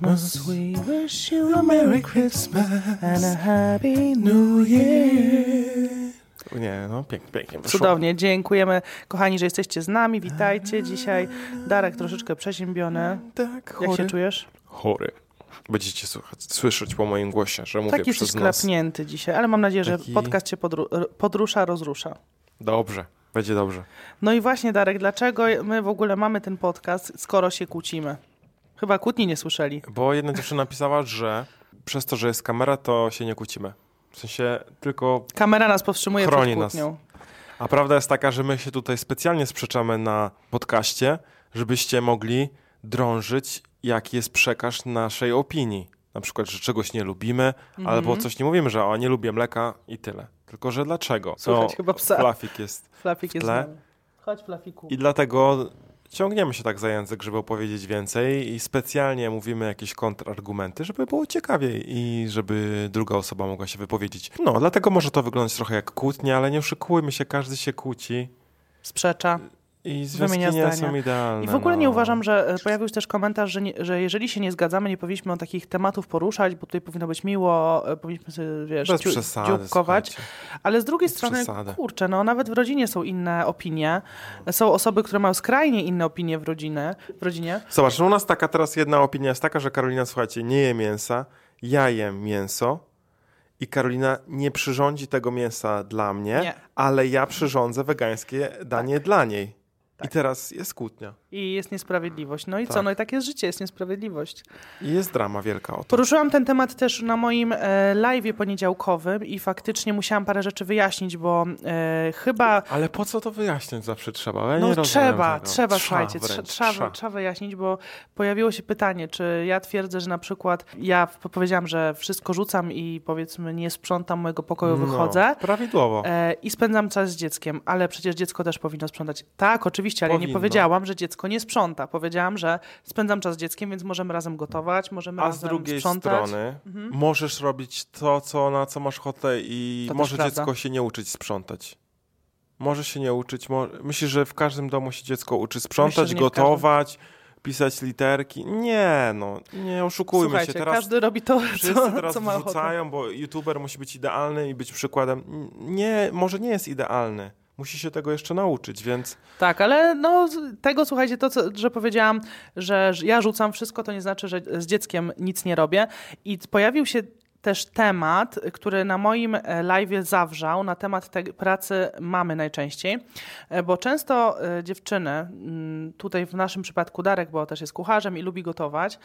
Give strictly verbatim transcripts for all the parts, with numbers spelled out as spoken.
Christmas. We wish you a Merry Christmas and a Happy New Year. Nie, no pięknie, pięknie. Cudownie, dziękujemy kochani, że jesteście z nami, witajcie. Dzisiaj Darek troszeczkę przeziębiony. Tak, chory. Jak się czujesz? Chory. Będziecie słuchać, słyszeć po moim głosie, że mówię tak przez nos. Tak jesteś klapnięty dzisiaj, ale mam nadzieję, Taki... że podcast cię podru- podrusza, rozrusza. Dobrze, będzie dobrze. No i właśnie Darek, dlaczego my w ogóle mamy ten podcast, skoro się kłócimy? Chyba kłótni nie słyszeli. Bo jedna dziewczyna napisała, że przez to, że jest kamera, to się nie kłócimy. W sensie tylko kamera nas powstrzymuje przed kłótnią. Nas. A prawda jest taka, że my się tutaj specjalnie sprzeczamy na podcaście, żebyście mogli drążyć, jaki jest przekaz naszej opinii. Na przykład, że czegoś nie lubimy, mm-hmm. albo coś nie mówimy, że o, nie lubię mleka i tyle. Tylko, że dlaczego? Słuchaj, no, chyba psa. Flafik jest Flafik w tle. Jest Chodź, Flafiku. I dlatego ciągniemy się tak za język, żeby opowiedzieć więcej i specjalnie mówimy jakieś kontrargumenty, żeby było ciekawiej i żeby druga osoba mogła się wypowiedzieć. No, dlatego może to wyglądać trochę jak kłótnia, ale nie oszukujmy się, każdy się kłóci. Sprzecza. I związki nie zdania. Są idealne. I w ogóle no. nie uważam, że pojawił się też komentarz, że, nie, że jeżeli się nie zgadzamy, nie powinniśmy o takich tematów poruszać, bo tutaj powinno być miło, powinniśmy sobie, wiesz, Bez ciu, przesady, dzióbkować. słuchajcie. Ale z drugiej Bez strony, przesady. kurczę, no nawet w rodzinie są inne opinie. Są osoby, które mają skrajnie inne opinie w, rodzinę, w rodzinie. Zobacz, u nas taka teraz jedna opinia jest taka, że Karolina, słuchajcie, nie je mięsa, ja jem mięso. I Karolina nie przyrządzi tego mięsa dla mnie, nie. ale ja przyrządzę wegańskie danie tak. dla niej. Tak. I teraz jest kłótnia. I jest niesprawiedliwość. No i tak. co? No i tak jest życie, jest niesprawiedliwość. I jest drama wielka o to. Poruszyłam ten temat też na moim e, live'ie poniedziałkowym i faktycznie musiałam parę rzeczy wyjaśnić, bo e, chyba... Ale po co to wyjaśniać zawsze trzeba? Ja no nie trzeba, tego. trzeba, Trza słuchajcie, wręcz, trzeba, trza. trzeba wyjaśnić, bo pojawiło się pytanie, czy ja twierdzę, że na przykład ja powiedziałam, że wszystko rzucam i powiedzmy nie sprzątam mojego pokoju, no, wychodzę. Prawidłowo. E, I spędzam czas z dzieckiem, ale przecież dziecko też powinno sprzątać. Tak, oczywiście, ale powinno. ja nie powiedziałam, że dziecko nie sprząta. Powiedziałam, że spędzam czas z dzieckiem, więc możemy razem gotować, możemy A razem z drugiej sprzątać. strony mhm. możesz robić to, co, na co masz ochotę i To może dziecko prawda. się nie uczyć sprzątać. Może się nie uczyć. Mo- Myślisz, że w każdym domu się dziecko uczy sprzątać, Myślę, że nie gotować, pisać literki? Nie, no, nie oszukujmy Słuchajcie, się. Teraz każdy robi to, wszyscy co, teraz co ma ochotę. wrzucają, bo youtuber musi być idealny i być przykładem. Nie, może nie jest idealny. Musi się tego jeszcze nauczyć, więc... Tak, ale no tego, słuchajcie, to, co, że powiedziałam, że ja rzucam wszystko, to nie znaczy, że z dzieckiem nic nie robię. I pojawił się też temat, który na moim live'ie zawrzał, na temat tej pracy mamy najczęściej, bo często dziewczyny, tutaj w naszym przypadku Darek, bo też jest kucharzem i lubi gotować,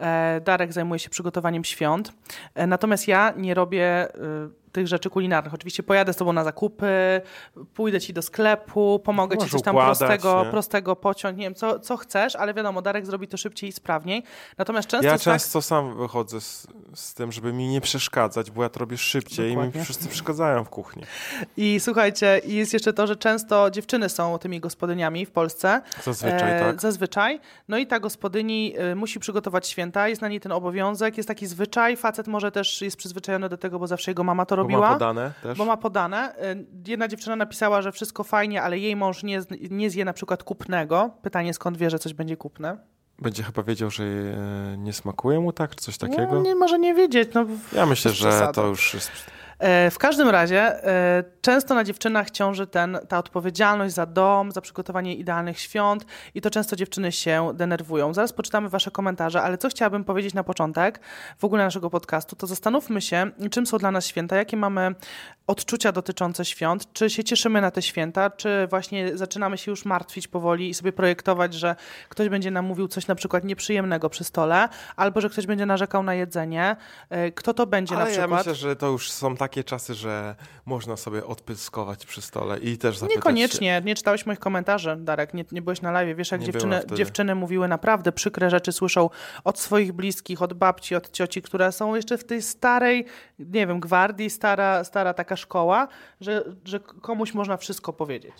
Darek zajmuje się przygotowaniem świąt, natomiast ja nie robię tych rzeczy kulinarnych. Oczywiście pojadę z tobą na zakupy, pójdę ci do sklepu, pomogę Możesz ci coś tam układać, prostego, nie? prostego pociąć, nie wiem, co, co chcesz, ale wiadomo, Darek zrobi to szybciej i sprawniej. Natomiast często Ja jest często tak... sam wychodzę z, z tym, żeby mi nie przeszkadzać, bo ja to robię szybciej Dokładnie. I mi wszyscy przeszkadzają w kuchni. I słuchajcie, i jest jeszcze to, że często dziewczyny są tymi gospodyniami w Polsce. Zazwyczaj, e, tak. Zazwyczaj. No i ta gospodyni y, musi przygotować święta, jest na niej ten obowiązek, jest taki zwyczaj, facet może też jest przyzwyczajony do tego, bo zawsze jego mama to robiła. Bo ma podane też. Bo ma podane. Jedna dziewczyna napisała, że wszystko fajnie, ale jej mąż nie, nie zje na przykład kupnego. Pytanie, skąd wie, że coś będzie kupne? Będzie chyba wiedział, że nie smakuje mu tak, czy coś takiego? No, nie, może nie wiedzieć. No, ja myślę, że przesady. To już jest... W każdym razie często na dziewczynach ciąży ten, ta odpowiedzialność za dom, za przygotowanie idealnych świąt i to często dziewczyny się denerwują. Zaraz poczytamy wasze komentarze, ale co chciałabym powiedzieć na początek w ogóle naszego podcastu, to zastanówmy się, czym są dla nas święta, jakie mamy odczucia dotyczące świąt, czy się cieszymy na te święta, czy właśnie zaczynamy się już martwić powoli i sobie projektować, że ktoś będzie nam mówił coś na przykład nieprzyjemnego przy stole, albo że ktoś będzie narzekał na jedzenie. Kto to będzie ale na przykład? Ja myślę, że to już są takie czasy, że można sobie odpyskować przy stole i też zapytać Niekoniecznie. się. Nie czytałeś moich komentarzy, Darek. Nie, nie byłeś na live. Wiesz, jak dziewczyny, dziewczyny mówiły naprawdę przykre rzeczy, słyszą od swoich bliskich, od babci, od cioci, które są jeszcze w tej starej, nie wiem, gwardii, stara, stara taka szkoła, że, że komuś można wszystko powiedzieć.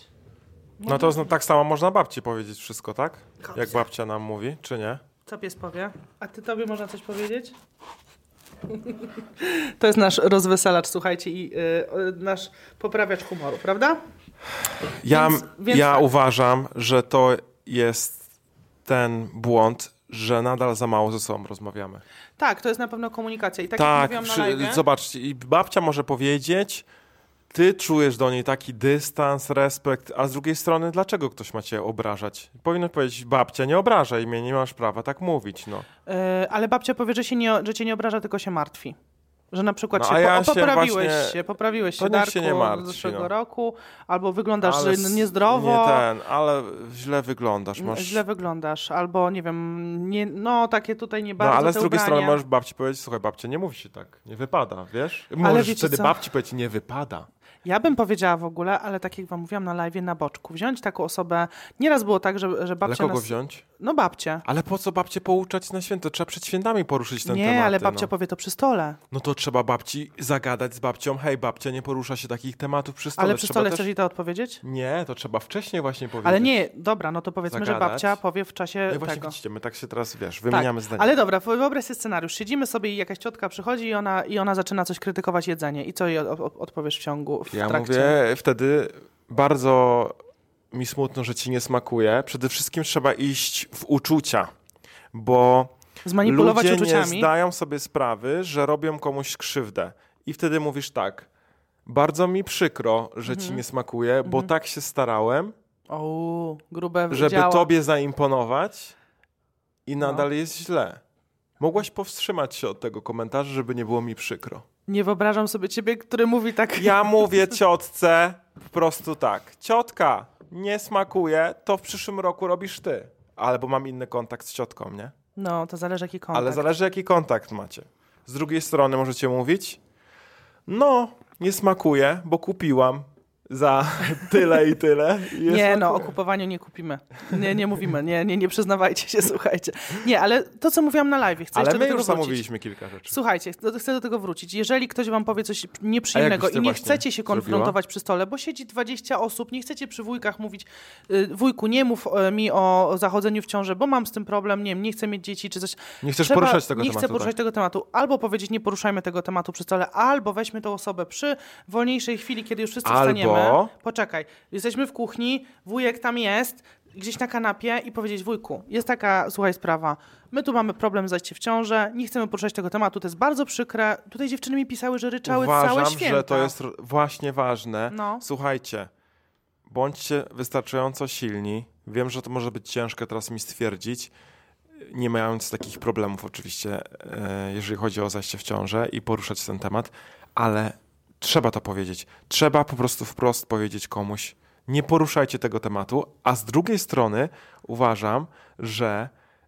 No to no, tak samo można babci powiedzieć wszystko, tak? Jak babcia nam mówi, czy nie? Co pies powie? A ty tobie można coś powiedzieć? To jest nasz rozweselacz, słuchajcie, i y, nasz poprawiacz humoru, prawda? Ja, więc, więc ja tak. uważam, że to jest ten błąd, że nadal za mało ze sobą rozmawiamy. Tak, to jest na pewno komunikacja. I tak, tak jak przy, mówiłam na live, zobaczcie, i babcia może powiedzieć, ty czujesz do niej taki dystans, respekt, a z drugiej strony dlaczego ktoś ma cię obrażać? Powinno powiedzieć, babcia, nie obrażaj mnie, nie masz prawa tak mówić. No. yy, ale babcia powie, że, się nie, że cię nie obraża, tylko się martwi. Że na przykład No, się, a ja po, się poprawiłeś właśnie- się, poprawiłeś To się, niech Darku, się nie martwi, z zeszłego no. roku, albo wyglądasz Ale n- s- niezdrowo. Nie ten, ale źle wyglądasz. Masz... Źle wyglądasz, albo nie wiem, nie, no takie tutaj nie No, bardzo ale z te drugiej ubrania. strony możesz babci powiedzieć, słuchaj, babcia, nie mów się tak, nie wypada, wiesz? Możesz wiecie wtedy co? babci powiedzieć, nie wypada. Ja bym powiedziała w ogóle, ale tak jak wam mówiłam na live'ie, na boczku, wziąć taką osobę, nieraz było tak, że, że Ale babcia kogo nas... wziąć? No babcie. Ale po co babcię pouczać na święto? Trzeba przed świętami poruszyć ten Nie, temat. ale babcia no. powie to przy stole. no to trzeba babci zagadać z babcią, hej, babcia nie porusza się takich tematów przy stole. Ale przy Trzeba stole też... chcesz jej to odpowiedzieć? Nie, to trzeba wcześniej właśnie powiedzieć. Ale nie, dobra, no to powiedzmy, że Zagadać. babcia powie w czasie No i właśnie tego. widzicie, my tak się teraz, wiesz, wymieniamy tak, zdania. ale dobra, wyobraź sobie scenariusz. Siedzimy sobie i jakaś ciotka przychodzi i ona, i ona zaczyna coś krytykować jedzenie. I co jej od, od, odpowiesz w ciągu, w Ja trakcie? mówię wtedy, bardzo mi smutno, że ci nie smakuje. Przede wszystkim trzeba iść w uczucia, bo Zmanipulować ludzie uczuciami. nie zdają sobie sprawy, że robią komuś krzywdę. I wtedy mówisz tak, bardzo mi przykro, że Mhm. ci nie smakuje, bo tak się starałem, O, grube żeby działa. tobie zaimponować i No. nadal jest źle. Mogłaś powstrzymać się od tego komentarza, żeby nie było mi przykro. Nie wyobrażam sobie ciebie, który mówi tak... Ja mówię ciotce po prostu tak. Ciotka, nie smakuje, to w przyszłym roku robisz ty. Albo mam inny kontakt z ciotką, nie? No, to zależy jaki kontakt. Ale zależy jaki kontakt macie. Z drugiej strony możecie mówić, no, nie smakuje, bo kupiłam za tyle i tyle. I Nie, smakuje. no, o kupowaniu nie kupimy. Nie, nie mówimy, nie, nie, nie przyznawajcie się, słuchajcie. Nie, ale to, co mówiłam na live, chcę Ale jeszcze my do tego już wrócić. zamówiliśmy kilka rzeczy. Słuchajcie, chcę chcę do tego wrócić. Jeżeli ktoś wam powie coś nieprzyjemnego byś ty i nie właśnie chcecie się konfrontować zrobiła? przy stole, bo siedzi dwadzieścia osób, nie chcecie przy wujkach mówić, y, wujku, nie mów y, mi o zachodzeniu w ciąży, bo mam z tym problem, nie wiem, nie chcę mieć dzieci czy coś. Nie chcesz Trzeba- poruszać tego nie tematu. chcę poruszać tak. tego tematu. Albo powiedzieć, nie poruszajmy tego tematu przy stole, albo weźmy tą osobę przy wolniejszej chwili, kiedy już wszyscy Albo- wstaniemy. Poczekaj, jesteśmy w kuchni, wujek tam jest, gdzieś na kanapie i powiedzieć, wujku, jest taka, słuchaj, sprawa, my tu mamy problem z zajściem w ciążę, nie chcemy poruszać tego tematu, to jest bardzo przykre. Tutaj dziewczyny mi pisały, że ryczały całe Uważam, święta. że to jest r- właśnie ważne. No. Słuchajcie, bądźcie wystarczająco silni. Wiem, że to może być ciężkie teraz mi stwierdzić, nie mając takich problemów oczywiście, e, jeżeli chodzi o zajście w ciążę i poruszać ten temat, ale trzeba to powiedzieć. Trzeba po prostu wprost powiedzieć komuś, nie poruszajcie tego tematu, a z drugiej strony uważam, że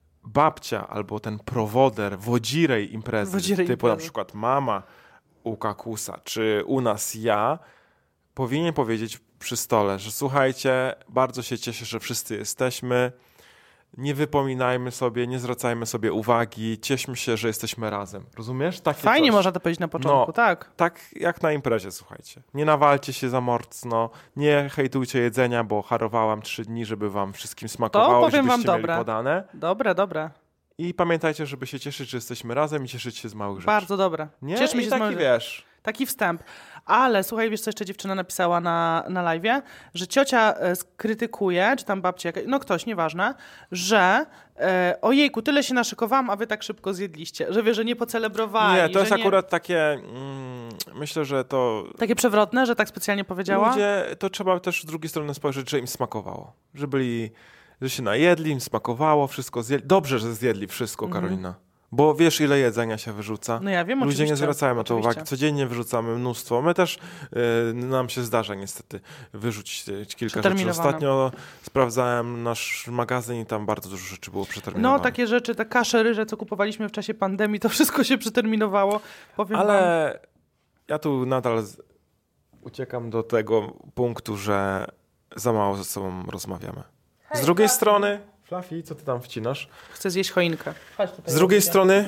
babcia albo ten prowoder, wodzirej imprezy, Wodzirej typu na imprezy. przykład mama u Kakusa, czy u nas ja, powinien powiedzieć przy stole, że słuchajcie, bardzo się cieszę, że wszyscy jesteśmy, nie wypominajmy sobie, nie zwracajmy sobie uwagi, cieszmy się, że jesteśmy razem. Rozumiesz? Takie Fajnie coś. można to powiedzieć na początku, No. tak. Tak jak na imprezie, słuchajcie. Nie nawalcie się za mocno, nie hejtujcie jedzenia, bo harowałam trzy dni, żeby wam wszystkim smakowało, powiem wam żebyście mieli dobre. podane. Dobre, dobre. I pamiętajcie, żeby się cieszyć, że jesteśmy razem i cieszyć się z małych rzeczy. Bardzo dobre. Nie? Cieszmy I się z taki, małych- wiesz, Taki wstęp. Ale słuchaj, wiesz co jeszcze dziewczyna napisała na, na live'ie? Że ciocia e, skrytykuje, czy tam babcia, jakaś- no ktoś, nieważne, że e, ojejku, tyle się naszykowałam, a wy tak szybko zjedliście. Że wie, że nie pocelebrowali. nie, to jest że nie... akurat takie, mm, myślę, że to Takie przewrotne, że tak specjalnie powiedziała? ludzie, to trzeba też z drugiej strony spojrzeć, że im smakowało. Że byli, że się najedli, im smakowało, wszystko zjedli. Dobrze, że zjedli wszystko, Mhm. Karolina. Bo wiesz, ile jedzenia się wyrzuca? No ja wiem, Ludzie oczywiście. nie zwracają na to oczywiście. uwagi. Codziennie wyrzucamy mnóstwo. My też, y, nam się zdarza niestety wyrzucić y, kilka rzeczy. Przeterminowane. Ostatnio sprawdzałem nasz magazyn i tam bardzo dużo rzeczy było przeterminowane. No takie rzeczy, te kasze, ryże, co kupowaliśmy w czasie pandemii, to wszystko się przeterminowało. Powiem wam. Ale ja tu nadal z... uciekam do tego punktu, że za mało ze sobą rozmawiamy. Z drugiej strony... Fluffy, co ty tam wcinasz? Chcę zjeść choinkę. Chodź tutaj, Z drugiej Lucia. strony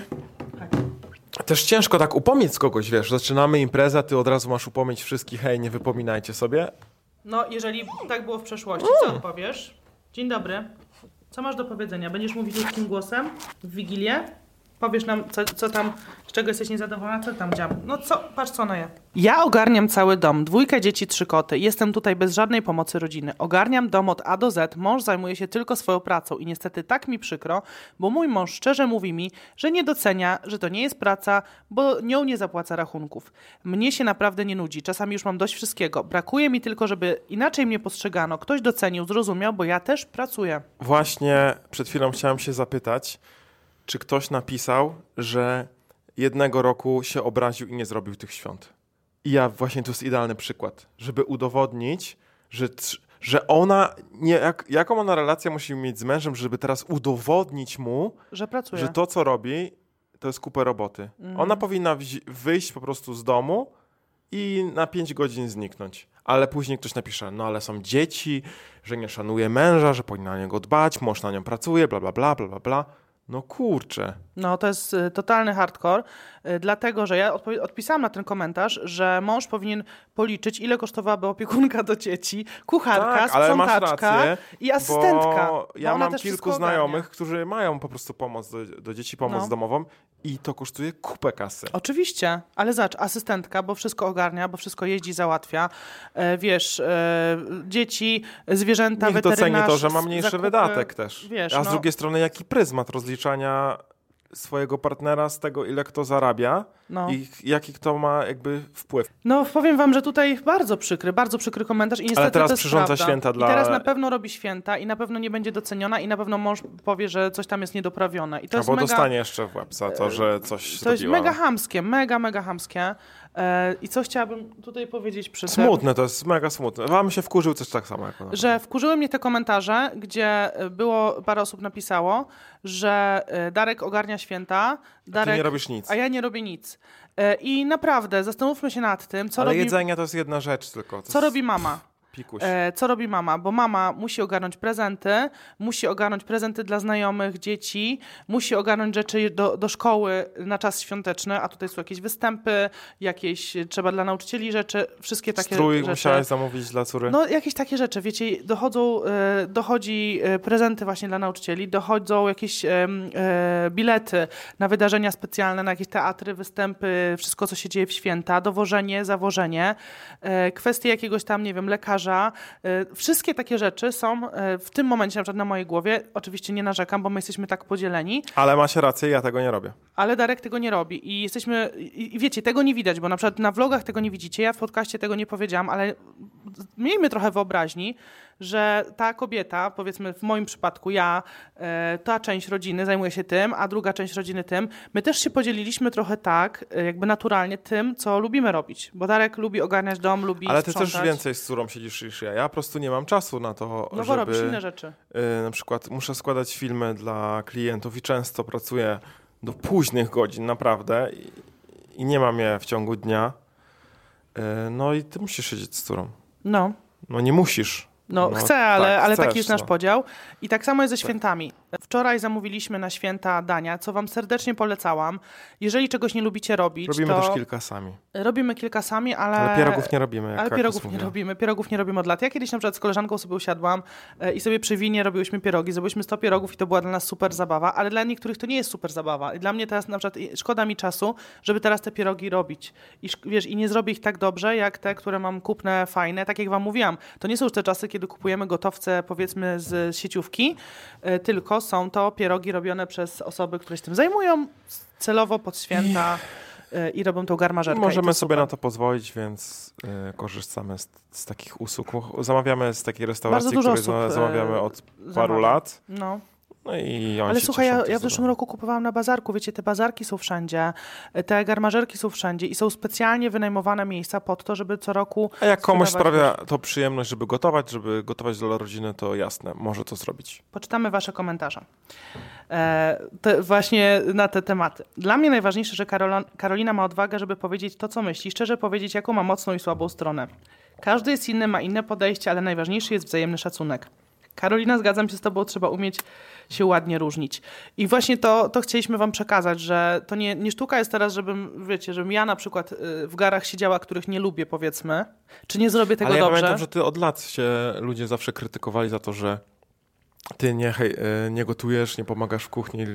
też ciężko tak upomnieć kogoś, wiesz, zaczynamy imprezę, ty od razu masz upomnieć wszystkich, hej, nie wypominajcie sobie. No, jeżeli tak było w przeszłości, co odpowiesz? Dzień dobry. Co masz do powiedzenia? Będziesz mówić ludzkim głosem w Wigilię? powiesz nam, co, co tam, z czego jesteś niezadowolona, co tam działam. No co, patrz co ona je. Ja ogarniam cały dom, dwójkę dzieci, trzy koty. Jestem tutaj bez żadnej pomocy rodziny. Ogarniam dom od A do Z, mąż zajmuje się tylko swoją pracą i niestety tak mi przykro, bo mój mąż szczerze mówi mi, że nie docenia, że to nie jest praca, bo nią nie zapłaca rachunków. Mnie się naprawdę nie nudzi, czasami już mam dość wszystkiego. Brakuje mi tylko, żeby inaczej mnie postrzegano, ktoś docenił, zrozumiał, bo ja też pracuję. Właśnie przed chwilą chciałem się zapytać, czy ktoś napisał, że jednego roku się obraził i nie zrobił tych świąt. I ja właśnie to jest idealny przykład, żeby udowodnić, że, że ona, nie, jak, jaką ona relację musi mieć z mężem, żeby teraz udowodnić mu, że pracuje, że to, co robi, to jest kupę roboty. Mhm. Ona powinna wzi- wyjść po prostu z domu i na pięć godzin zniknąć. Ale później ktoś napisze, no ale są dzieci, że nie szanuje męża, że powinna na niego dbać, mąż na nią pracuje, bla, bla, bla, bla, bla, bla. No kurczę. No to jest y, totalny hardcore, y, dlatego, że ja odpo- odpisałam na ten komentarz, że mąż powinien policzyć, ile kosztowałaby opiekunka do dzieci, kucharka, tak, ale masz sprzątaczka rację, i asystentka. Bo ja bo ona mam też kilku wszystko znajomych, ogarnia. którzy mają po prostu pomoc do, do dzieci, pomoc No. domową i to kosztuje kupę kasy. Oczywiście, ale zobacz, asystentka, bo wszystko ogarnia, bo wszystko jeździ, załatwia. E, wiesz, e, dzieci, zwierzęta, Niech doceni weterynarz, to, że ma mniejszy zakupy, wydatek też. Wiesz, A z no, drugiej strony jaki pryzmat rozliczania swojego partnera z tego, ile kto zarabia no. i jaki kto ma jakby wpływ. No powiem wam, że tutaj bardzo przykry, bardzo przykry komentarz i niestety Ale teraz to jest przyrządza prawda. święta dla... I teraz na pewno robi święta i na pewno nie będzie doceniona i na pewno mąż powie, że coś tam jest niedoprawione. I to Albo jest mega, dostanie jeszcze w łeb za to, że coś to jest zrobiła. mega chamskie, mega, mega chamskie. E, I co chciałabym tutaj powiedzieć przy tym? Smutne, to jest mega smutne. Wam się wkurzył coś tak samo jak ona. Że wkurzyły mnie te komentarze, gdzie było, parę osób napisało, że e, Darek ogarnia święta, Darek, Ty nie robisz nic. a ja nie robię nic. E, I naprawdę, zastanówmy się nad tym, co Ale robi... jedzenie to jest jedna rzecz tylko. To Co jest robi mama? Pikuś. E, co robi mama? Bo mama musi ogarnąć prezenty, musi ogarnąć prezenty dla znajomych, dzieci, musi ogarnąć rzeczy do, do szkoły na czas świąteczny, a tutaj są jakieś występy, jakieś trzeba dla nauczycieli rzeczy, wszystkie takie Strój rzeczy. musiałeś zamówić dla córy? No jakieś takie rzeczy, wiecie, dochodzą, e, dochodzi e, prezenty właśnie dla nauczycieli, dochodzą jakieś e, e, bilety na wydarzenia specjalne, na jakieś teatry, występy, wszystko co się dzieje w święta, dowożenie, zawożenie, e, kwestie jakiegoś tam, nie wiem, lekarza. Wszystkie takie rzeczy są w tym momencie na przykład na mojej głowie. Oczywiście nie narzekam, bo my jesteśmy tak podzieleni. Ale macie rację, ja tego nie robię. Ale Darek tego nie robi i jesteśmy, i wiecie, tego nie widać, bo na przykład na vlogach tego nie widzicie, ja w podcaście tego nie powiedziałam, ale miejmy trochę wyobraźni, że ta kobieta, powiedzmy w moim przypadku ja, ta część rodziny zajmuje się tym, a druga część rodziny tym. My też się podzieliliśmy trochę tak, jakby naturalnie tym, co lubimy robić, bo Darek lubi ogarniać dom, lubi Ale ty sprzątać. też więcej z córą siedzisz niż ja. Ja po prostu nie mam czasu na to, no, żeby... bo robisz inne rzeczy. Y, na przykład muszę składać filmy dla klientów i często pracuję do późnych godzin, naprawdę. I, i nie mam je w ciągu dnia. Y, no i ty musisz siedzieć z córą. No. No nie musisz. No, no chcę, ale, tak, ale chcesz, taki jest nasz no. podział. I tak samo jest ze świętami. Wczoraj zamówiliśmy na święta dania, co wam serdecznie polecałam. Jeżeli czegoś nie lubicie robić, Robimy to... też kilka sami. Robimy kilka sami, ale... Ale pierogów nie robimy, jak Ale Krakus pierogów nie mówiła. robimy. Pierogów nie robimy od lat. Ja kiedyś na przykład z koleżanką sobie usiadłam e, i sobie przy winie robiłyśmy pierogi. Zrobiliśmy sto pierogów i to była dla nas super zabawa, ale dla niektórych to nie jest super zabawa. I dla mnie teraz na przykład i- szkoda mi czasu, żeby teraz te pierogi robić. I szk- wiesz, i nie zrobię ich tak dobrze, jak te, które mam kupne, fajne. Tak jak wam mówiłam, to nie są już te czasy, kiedy kupujemy gotowce, powiedzmy, z sieciówki, e, tylko są to pierogi robione przez osoby, które się tym zajmują celowo pod święta e, i robią tą garmażerkę. Możemy I to sobie super. na to pozwolić, więc y, korzystamy z, z takich usług. Zamawiamy z takiej restauracji, Bardzo dużo której osób, za, zamawiamy od zamawia. paru lat. No. No i oni Ale się słuchaj, cieszą, ja, to ja w jest zeszłym dobre. roku kupowałam na bazarku, wiecie, te bazarki są wszędzie, te garmażerki są wszędzie i są specjalnie wynajmowane miejsca pod to, żeby co roku A jak komuś sprzedawać, sprawia wiesz. to przyjemność, żeby gotować, żeby gotować dla rodziny, to jasne, może to zrobić. Poczytamy wasze komentarze. E, te, właśnie na te tematy. Dla mnie najważniejsze, że Karola, Karolina ma odwagę, żeby powiedzieć to, co myśli, szczerze powiedzieć, jaką ma mocną i słabą stronę. Każdy jest inny, ma inne podejście, ale najważniejszy jest wzajemny szacunek. Karolina, zgadzam się z tobą, trzeba umieć się ładnie różnić. I właśnie to, to chcieliśmy wam przekazać, że to nie, nie sztuka jest teraz, żebym, wiecie, żebym ja na przykład y, w garach siedziała, których nie lubię, powiedzmy, czy nie zrobię tego Ale ja dobrze. pamiętam, że ty od lat się ludzie zawsze krytykowali za to, że ty nie, hej, nie gotujesz, nie pomagasz w kuchni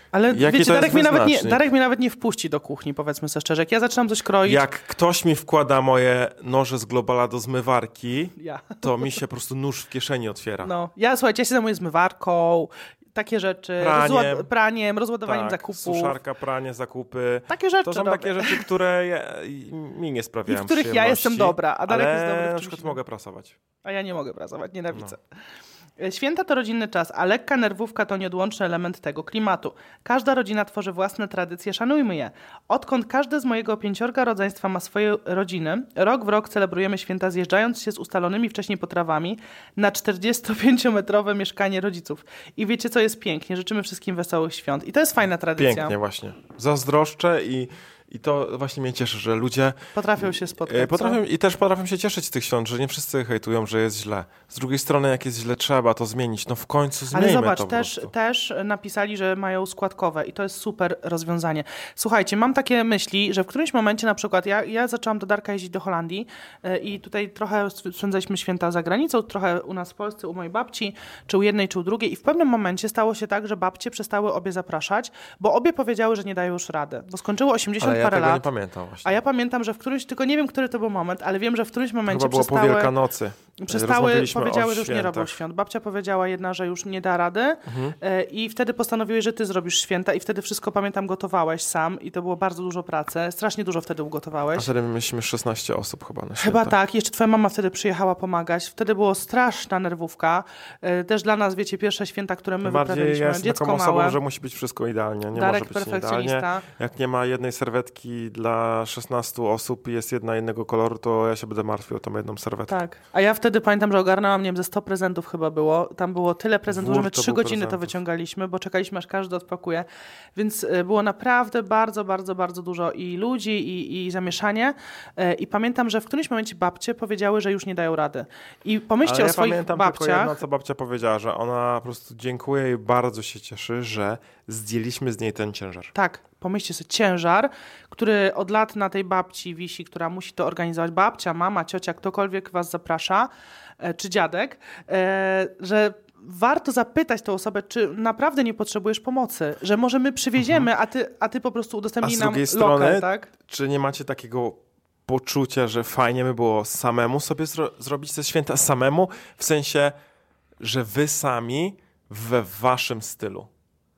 Ale Jaki wiecie, to Darek jest mnie, nawet nie, wyznacznik? Darek mnie nawet nie wpuści do kuchni, powiedzmy sobie szczerze. Jak ja zaczynam coś kroić... Jak ktoś mi wkłada moje noże z Globala do zmywarki, Ja. to mi się po prostu nóż w kieszeni otwiera. No, ja słuchajcie, ja się zajmuję zmywarką, takie rzeczy, Praniem. rozład- praniem rozładowaniem Tak, zakupów. suszarka, pranie, zakupy. Takie rzeczy To są robię. takie rzeczy, które ja, mi nie sprawiają I w których ja przyjemności, jestem dobra, a Darek ale jest dobry w na czymś przykład innym. mogę prasować. A ja nie mogę pracować, nienawidzę. No. Święta to rodzinny czas, a lekka nerwówka to nieodłączny element tego klimatu. Każda rodzina tworzy własne tradycje, szanujmy je. Odkąd każdy z mojego pięciorga rodzeństwa ma swoje rodziny, rok w rok celebrujemy święta zjeżdżając się z ustalonymi wcześniej potrawami na czterdziestopięciometrowe mieszkanie rodziców. I wiecie co jest pięknie, życzymy wszystkim wesołych świąt. I to jest fajna tradycja. Pięknie właśnie. Zazdroszczę i, i to właśnie mnie cieszy, że ludzie Potrafią się spotkać. e, potrafią, i też potrafią się cieszyć z tych świąt, że nie wszyscy hejtują, że jest źle. Z drugiej strony, jak jest źle, trzeba to zmienić. No w końcu zmieńmy Ale zobacz, to po też, prostu. też napisali, że mają składkowe i to jest super rozwiązanie. Słuchajcie, mam takie myśli, że w którymś momencie na przykład ja, ja zaczęłam do Darka jeździć do Holandii yy, i tutaj trochę spędzaliśmy święta za granicą, trochę u nas w Polsce, u mojej babci, czy u jednej, czy u drugiej i w pewnym momencie stało się tak, że babcie przestały obie zapraszać, bo obie powiedziały, że nie dają już rady, bo skończyło osiemdziesiąt Ale ja parę tego lat. nie pamiętam właśnie. A ja pamiętam, że w którymś, tylko nie wiem, który to był moment, ale wiem, że w którymś momencie Chyba było po przestały... Wielkanocy. Przestały, Rozmawialiśmy powiedziały, o że już nie robią świętach. świąt. Babcia powiedziała jedna, że już nie da rady Mhm. e, i wtedy postanowiłeś, że ty zrobisz święta i wtedy wszystko, pamiętam, gotowałeś sam i to było bardzo dużo pracy. Strasznie dużo wtedy A ugotowałeś. wtedy mieliśmy szesnaście osób chyba na Chyba święta. tak. Jeszcze twoja mama wtedy przyjechała pomagać. Wtedy było straszna nerwówka. E, też dla nas, wiecie, pierwsze święta, które my Tym bardziej wyprawiliśmy. ja jestem Dziecko taką małe. osobą, że musi być wszystko idealnie. Nie Darek może być idealnie. perfekcjonista. Jak nie ma jednej serwetki dla szesnastu osób i jest jedna innego koloru, to ja się będę martwił o tą jedną serwetkę. Tak. A ja wtedy pamiętam, że ogarnęłam, nie wiem, ze sto prezentów chyba było. Tam było tyle prezentów, że Wór my to trzy był godziny to prezentów. wyciągaliśmy, bo czekaliśmy, aż każdy odpakuje. Więc y, było naprawdę bardzo, bardzo, bardzo dużo i ludzi, i, i zamieszanie. Y, I pamiętam, że w którymś momencie babcie powiedziały, że już nie dają rady. I pomyślcie Ale o ja swoich pamiętam babciach. tylko jedno, co babcia powiedziała, że ona po prostu dziękuję i bardzo się cieszy, że zdjęliśmy z niej ten ciężar. Tak, pomyślcie sobie, ciężar, który od lat na tej babci wisi, która musi to organizować. Babcia, mama, ciocia, ktokolwiek was zaprasza, e, czy dziadek, e, że warto zapytać tę osobę, czy naprawdę nie potrzebujesz pomocy, że może my przywieziemy, Mhm. a, ty, a ty po prostu udostępnij A z nam drugiej lokal, strony, tak? Czy nie macie takiego poczucia, że fajnie by było samemu sobie zro- zrobić te święta samemu? W sensie, że wy sami we waszym stylu.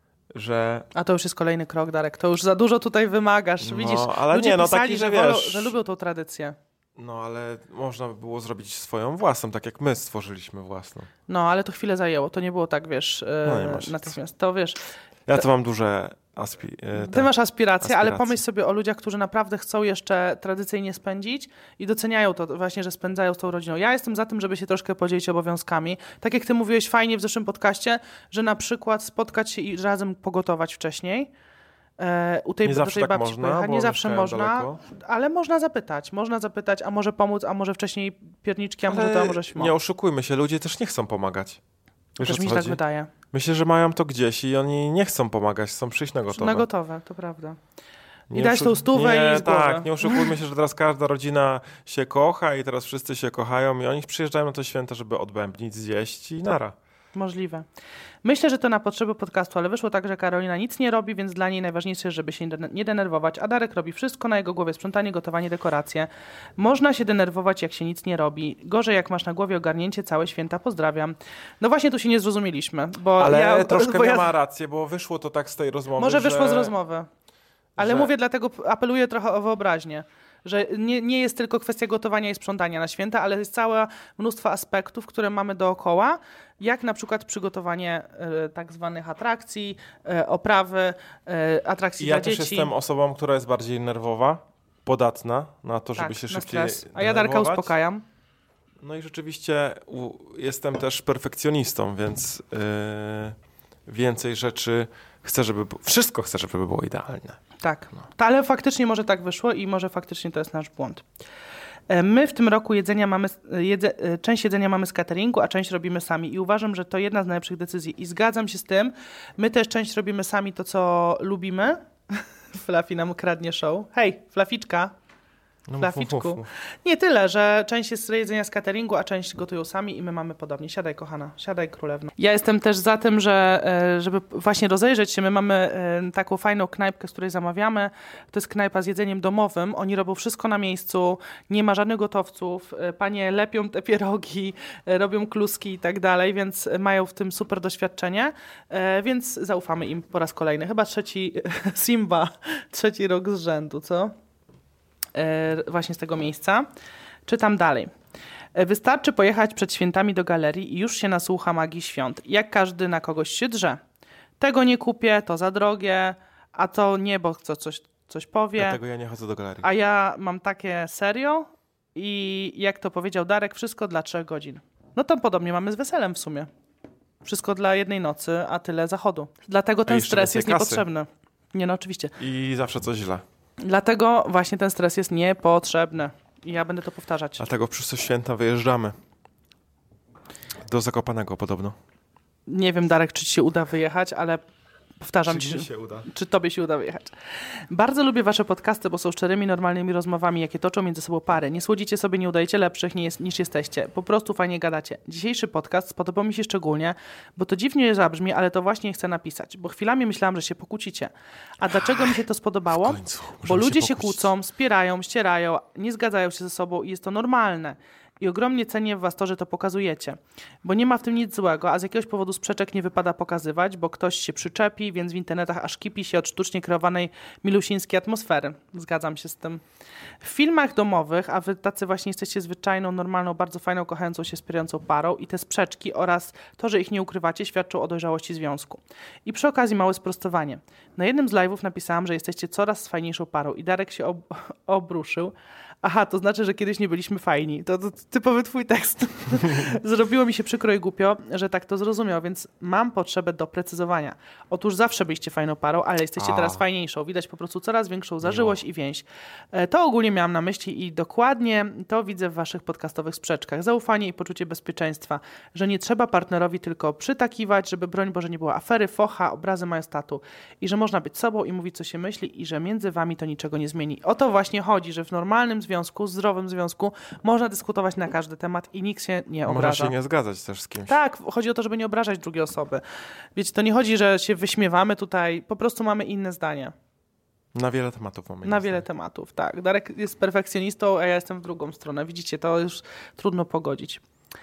Że A to już jest kolejny krok, Darek, to już za dużo tutaj wymagasz. No, Widzisz, ale ludzie nie, no pisali, taki, że że, wolą, wiesz- że lubią tą tradycję. no ale można by było zrobić swoją własną, tak jak my stworzyliśmy własną. No, ale to chwilę zajęło, to nie było tak, wiesz, No, nie e, masz racji. natychmiast. To wiesz, Ja to mam duże aspi... e, Ty te- masz aspiracje, ale aspiracje. pomyśl sobie o ludziach, którzy naprawdę chcą jeszcze tradycyjnie spędzić i doceniają to właśnie, że spędzają z tą rodziną. Ja jestem za tym, żeby się troszkę podzielić obowiązkami. Tak jak ty mówiłeś fajnie w zeszłym podcaście, że na przykład spotkać się i razem pogotować wcześniej. E, u tej, Nie do zawsze tej tak babci można, pojechać. bo Nie zawsze mieszkają można, daleko. ale można zapytać. Można zapytać, a może pomóc, a może wcześniej pierniczki, a może Ale to, a może śmo. nie oszukujmy się, ludzie też nie chcą pomagać. Wiesz, o Też co mi się tak chodzi? wydaje. Myślę, że mają to gdzieś i oni nie chcą pomagać, chcą przyjść na gotowe. Na gotowe, to prawda. Nie I dać oszu- tą stówę nie, i z głowy. tak, nie oszukujmy się, że teraz każda rodzina się kocha i teraz wszyscy się kochają i oni przyjeżdżają na to święto, żeby odbębnić, zjeść i nara. Możliwe. Myślę, że to na potrzeby podcastu, ale wyszło tak, że Karolina nic nie robi, więc dla niej najważniejsze jest, żeby się nie denerwować, a Darek robi wszystko na jego głowie, sprzątanie, gotowanie, dekoracje. Można się denerwować, jak się nic nie robi. Gorzej, jak masz na głowie ogarnięcie całe święta. Pozdrawiam. No właśnie, tu się nie zrozumieliśmy. Bo Ale ja, troszkę bo nie ja, ma rację, bo wyszło to tak z tej rozmowy, Może że... wyszło z rozmowy. Ale że- mówię, dlatego apeluję trochę o wyobraźnię. Że nie, nie jest tylko kwestia gotowania i sprzątania na święta, ale jest całe mnóstwo aspektów, które mamy dookoła, jak na przykład przygotowanie e, tak zwanych atrakcji, e, oprawy, e, atrakcji Ja dla też dzieci. jestem osobą, która jest bardziej nerwowa, podatna na to, żeby tak, się na szybciej stres. A ja Darka denerwować. uspokajam. No i rzeczywiście u, jestem też perfekcjonistą, więc yy, więcej rzeczy chcę, żeby... bu- Wszystko chcę, żeby było idealne. Tak, to, ale faktycznie może tak wyszło i może faktycznie to jest nasz błąd. E, My w tym roku jedzenia mamy, jedze, e, część jedzenia mamy z cateringu, a część robimy sami i uważam, że to jedna z najlepszych decyzji i zgadzam się z tym. My też część robimy sami to, co lubimy. Flafi nam kradnie show. Hej, Flaficzka. No, w Laficzku. Nie tyle, że część jest jedzenia z cateringu, a część gotują sami i my mamy podobnie. Siadaj, kochana, siadaj, królewno. Ja jestem też za tym, że żeby właśnie rozejrzeć się, my mamy taką fajną knajpkę, z której zamawiamy. To jest knajpa z jedzeniem domowym. Oni robią wszystko na miejscu, nie ma żadnych gotowców. Panie lepią te pierogi, robią kluski i tak dalej, więc mają w tym super doświadczenie, więc zaufamy im po raz kolejny. Chyba trzeci Simba, trzeci rok z rzędu, co? Właśnie z tego miejsca. Czytam dalej. Wystarczy pojechać przed świętami do galerii i już się nasłucha magii świąt. Jak każdy na kogoś się drze. Tego nie kupię, to za drogie, a to nie, bo co, coś, coś powie. Dlatego ja nie chodzę do galerii. A ja mam takie serio i jak to powiedział Darek, wszystko dla trzech godzin. No to podobnie mamy z weselem w sumie. Wszystko dla jednej nocy, a tyle zachodu. Dlatego ten stres jest kasy. Niepotrzebny. Nie, no oczywiście. I zawsze coś źle. Dlatego właśnie ten stres jest niepotrzebny. I ja będę to powtarzać. Dlatego przez to święta wyjeżdżamy. Do Zakopanego podobno. Nie wiem, Darek, czy ci się uda wyjechać, ale powtarzam czy ci, się uda. Czy tobie się uda wyjechać. Bardzo lubię wasze podcasty, bo są szczerymi, normalnymi rozmowami, jakie toczą między sobą pary. Nie słodzicie sobie, nie udajecie lepszych nie jest, niż jesteście. Po prostu fajnie gadacie. Dzisiejszy podcast spodobał mi się szczególnie, bo to dziwnie zabrzmi, ale to właśnie chcę napisać, bo chwilami myślałam, że się pokłócicie. A dlaczego mi się to spodobało? Bo ludzie się, się kłócą, spierają, ścierają, nie zgadzają się ze sobą i jest to normalne. I ogromnie cenię w was to, że to pokazujecie. Bo nie ma w tym nic złego, a z jakiegoś powodu sprzeczek nie wypada pokazywać, bo ktoś się przyczepi, więc w internetach aż kipi się od sztucznie kreowanej milusińskiej atmosfery. Zgadzam się z tym. W filmach domowych, a wy tacy właśnie jesteście zwyczajną, normalną, bardzo fajną, kochającą się, wspierającą parą i te sprzeczki oraz to, że ich nie ukrywacie, świadczą o dojrzałości związku. I przy okazji małe sprostowanie. Na jednym z live'ów napisałam, że jesteście coraz fajniejszą parą i Darek się ob- obruszył. Aha, to znaczy, że kiedyś nie byliśmy fajni. To, to typowy twój tekst. Zrobiło mi się przykro i głupio, że tak to zrozumiał, więc mam potrzebę doprecyzowania. Otóż zawsze byliście fajną parą, ale jesteście A. teraz fajniejszą. Widać po prostu coraz większą zażyłość i więź. To ogólnie miałam na myśli i dokładnie to widzę w waszych podcastowych sprzeczkach. Zaufanie i poczucie bezpieczeństwa, że nie trzeba partnerowi tylko przytakiwać, żeby broń Boże nie było afery, focha, obrazy majestatu i że można być sobą i mówić, co się myśli i że między wami to niczego nie zmieni. O to właśnie chodzi, że w normalnym związku, zdrowym związku można dyskutować na każdy temat i nikt się nie obraża. Można się nie zgadzać też z kimś. Tak, chodzi o to, żeby nie obrażać drugiej osoby. Wiecie, to nie chodzi, że się wyśmiewamy tutaj, po prostu mamy inne zdanie. Na wiele tematów mamy. Na wiele zdanie. tematów, tak. Darek jest perfekcjonistą, a ja jestem w drugą stronę. Widzicie, to już trudno pogodzić.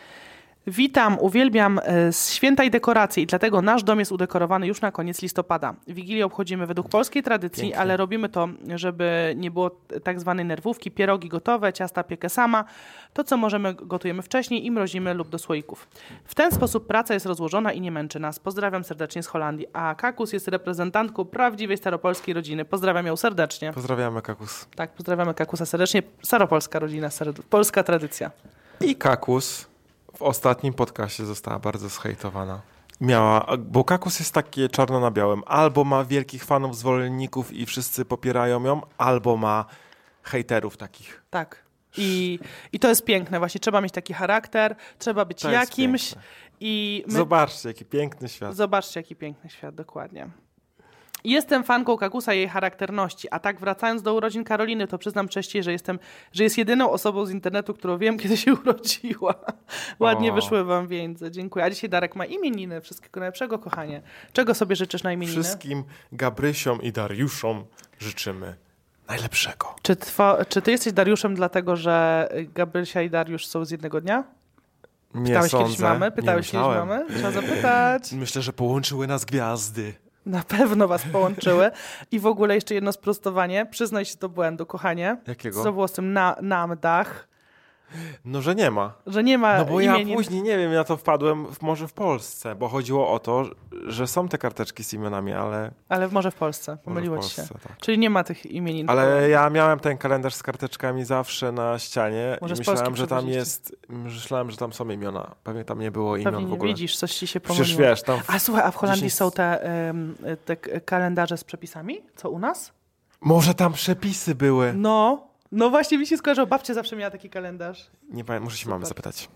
Witam, uwielbiam święta i dekoracje i dlatego nasz dom jest udekorowany już na koniec listopada. Wigilię obchodzimy według polskiej tradycji, Pięknie. ale robimy to, żeby nie było tak zwanej nerwówki, pierogi gotowe, ciasta piekę sama. To, co możemy, gotujemy wcześniej i mrozimy lub do słoików. W ten sposób praca jest rozłożona i nie męczy nas. Pozdrawiam serdecznie z Holandii. A Kakus jest reprezentantką prawdziwej staropolskiej rodziny. Pozdrawiam ją serdecznie. Pozdrawiamy Kakus. Tak, pozdrawiamy Kakusa serdecznie. Staropolska rodzina, polska tradycja. I Kakus w ostatnim podcastie została bardzo zhejtowana. Miała, bo Kakus jest takie czarno na białym. Albo ma wielkich fanów, zwolenników i wszyscy popierają ją, albo ma hejterów takich. Tak. I, i to jest piękne. Właśnie trzeba mieć taki charakter, trzeba być to jakimś. I my... Zobaczcie, jaki piękny świat. Zobaczcie, jaki piękny świat, dokładnie. Jestem fanką Kakusa i jej charakterności, a tak wracając do urodzin Karoliny, to przyznam częściej, że jestem, że jest jedyną osobą z internetu, którą wiem, kiedy się urodziła. Ładnie o. wyszły wam wieńce, dziękuję. A dzisiaj Darek ma imieniny, wszystkiego najlepszego, kochanie. Czego sobie życzysz na imieniny? Wszystkim Gabrysiom i Dariuszom życzymy najlepszego. Czy, twa, czy ty jesteś Dariuszem dlatego, że Gabrysia i Dariusz są z jednego dnia? Nie Pytałeś sądzę. kiedyś mamy? Pytałeś kiedyś mamy? Trzeba zapytać. Myślę, że połączyły nas gwiazdy. Na pewno was połączyły. I w ogóle jeszcze jedno sprostowanie. Przyznaj się do błędu, kochanie. Jakiego? Co było z tym na, namdach? No, że nie ma. Że nie ma No bo imienin. ja później, nie wiem, ja to wpadłem w, może w Polsce, bo chodziło o to, że są te karteczki z imionami, ale... Ale może w Polsce, pomyliło ci się. Tak. Czyli nie ma tych imienin. Ale ja miałem ten kalendarz z karteczkami zawsze na ścianie może i myślałem, że tam jest, myślałem, że tam są imiona. Pewnie tam nie było imion Pewnie w ogóle. Widzisz, coś ci się pomyliło. Przecież wiesz, tam... A słuchaj, a w Holandii dziesięć... są te, te kalendarze z przepisami? Co u nas? Może tam przepisy były. No... No właśnie mi się skojarzyło, babcia zawsze miała taki kalendarz. Nie pamiętam, muszę się mamy zapytać.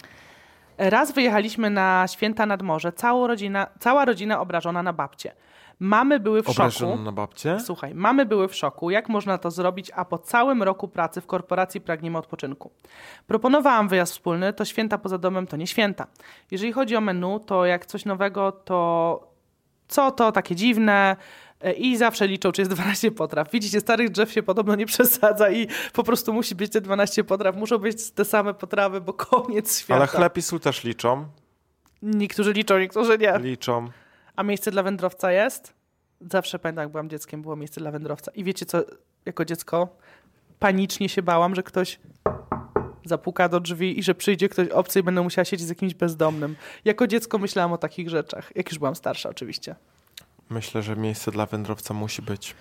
Raz wyjechaliśmy na święta nad morze, cała rodzina, cała rodzina obrażona na babcię. Mamy były w Obrażono szoku. na babcię? Słuchaj, mamy były w szoku, jak można to zrobić, a po całym roku pracy w korporacji pragniemy odpoczynku. Proponowałam wyjazd wspólny, to święta poza domem, to nie święta. Jeżeli chodzi o menu, to jak coś nowego, to co to takie dziwne i zawsze liczą, czy jest dwanaście potraw. Widzicie, starych drzew się podobno nie przesadza i po prostu musi być te dwanaście potraw. Muszą być te same potrawy, bo koniec świata. Ale chleb i sól też liczą. Niektórzy liczą, niektórzy nie. Liczą. A miejsce dla wędrowca jest? Zawsze pamiętam, jak byłam dzieckiem, było miejsce dla wędrowca. I wiecie co, jako dziecko panicznie się bałam, że ktoś zapuka do drzwi i że przyjdzie ktoś obcy i będę musiała siedzieć z jakimś bezdomnym. Jako dziecko myślałam o takich rzeczach. Jak już byłam starsza oczywiście. Myślę, że miejsce dla wędrowca musi być.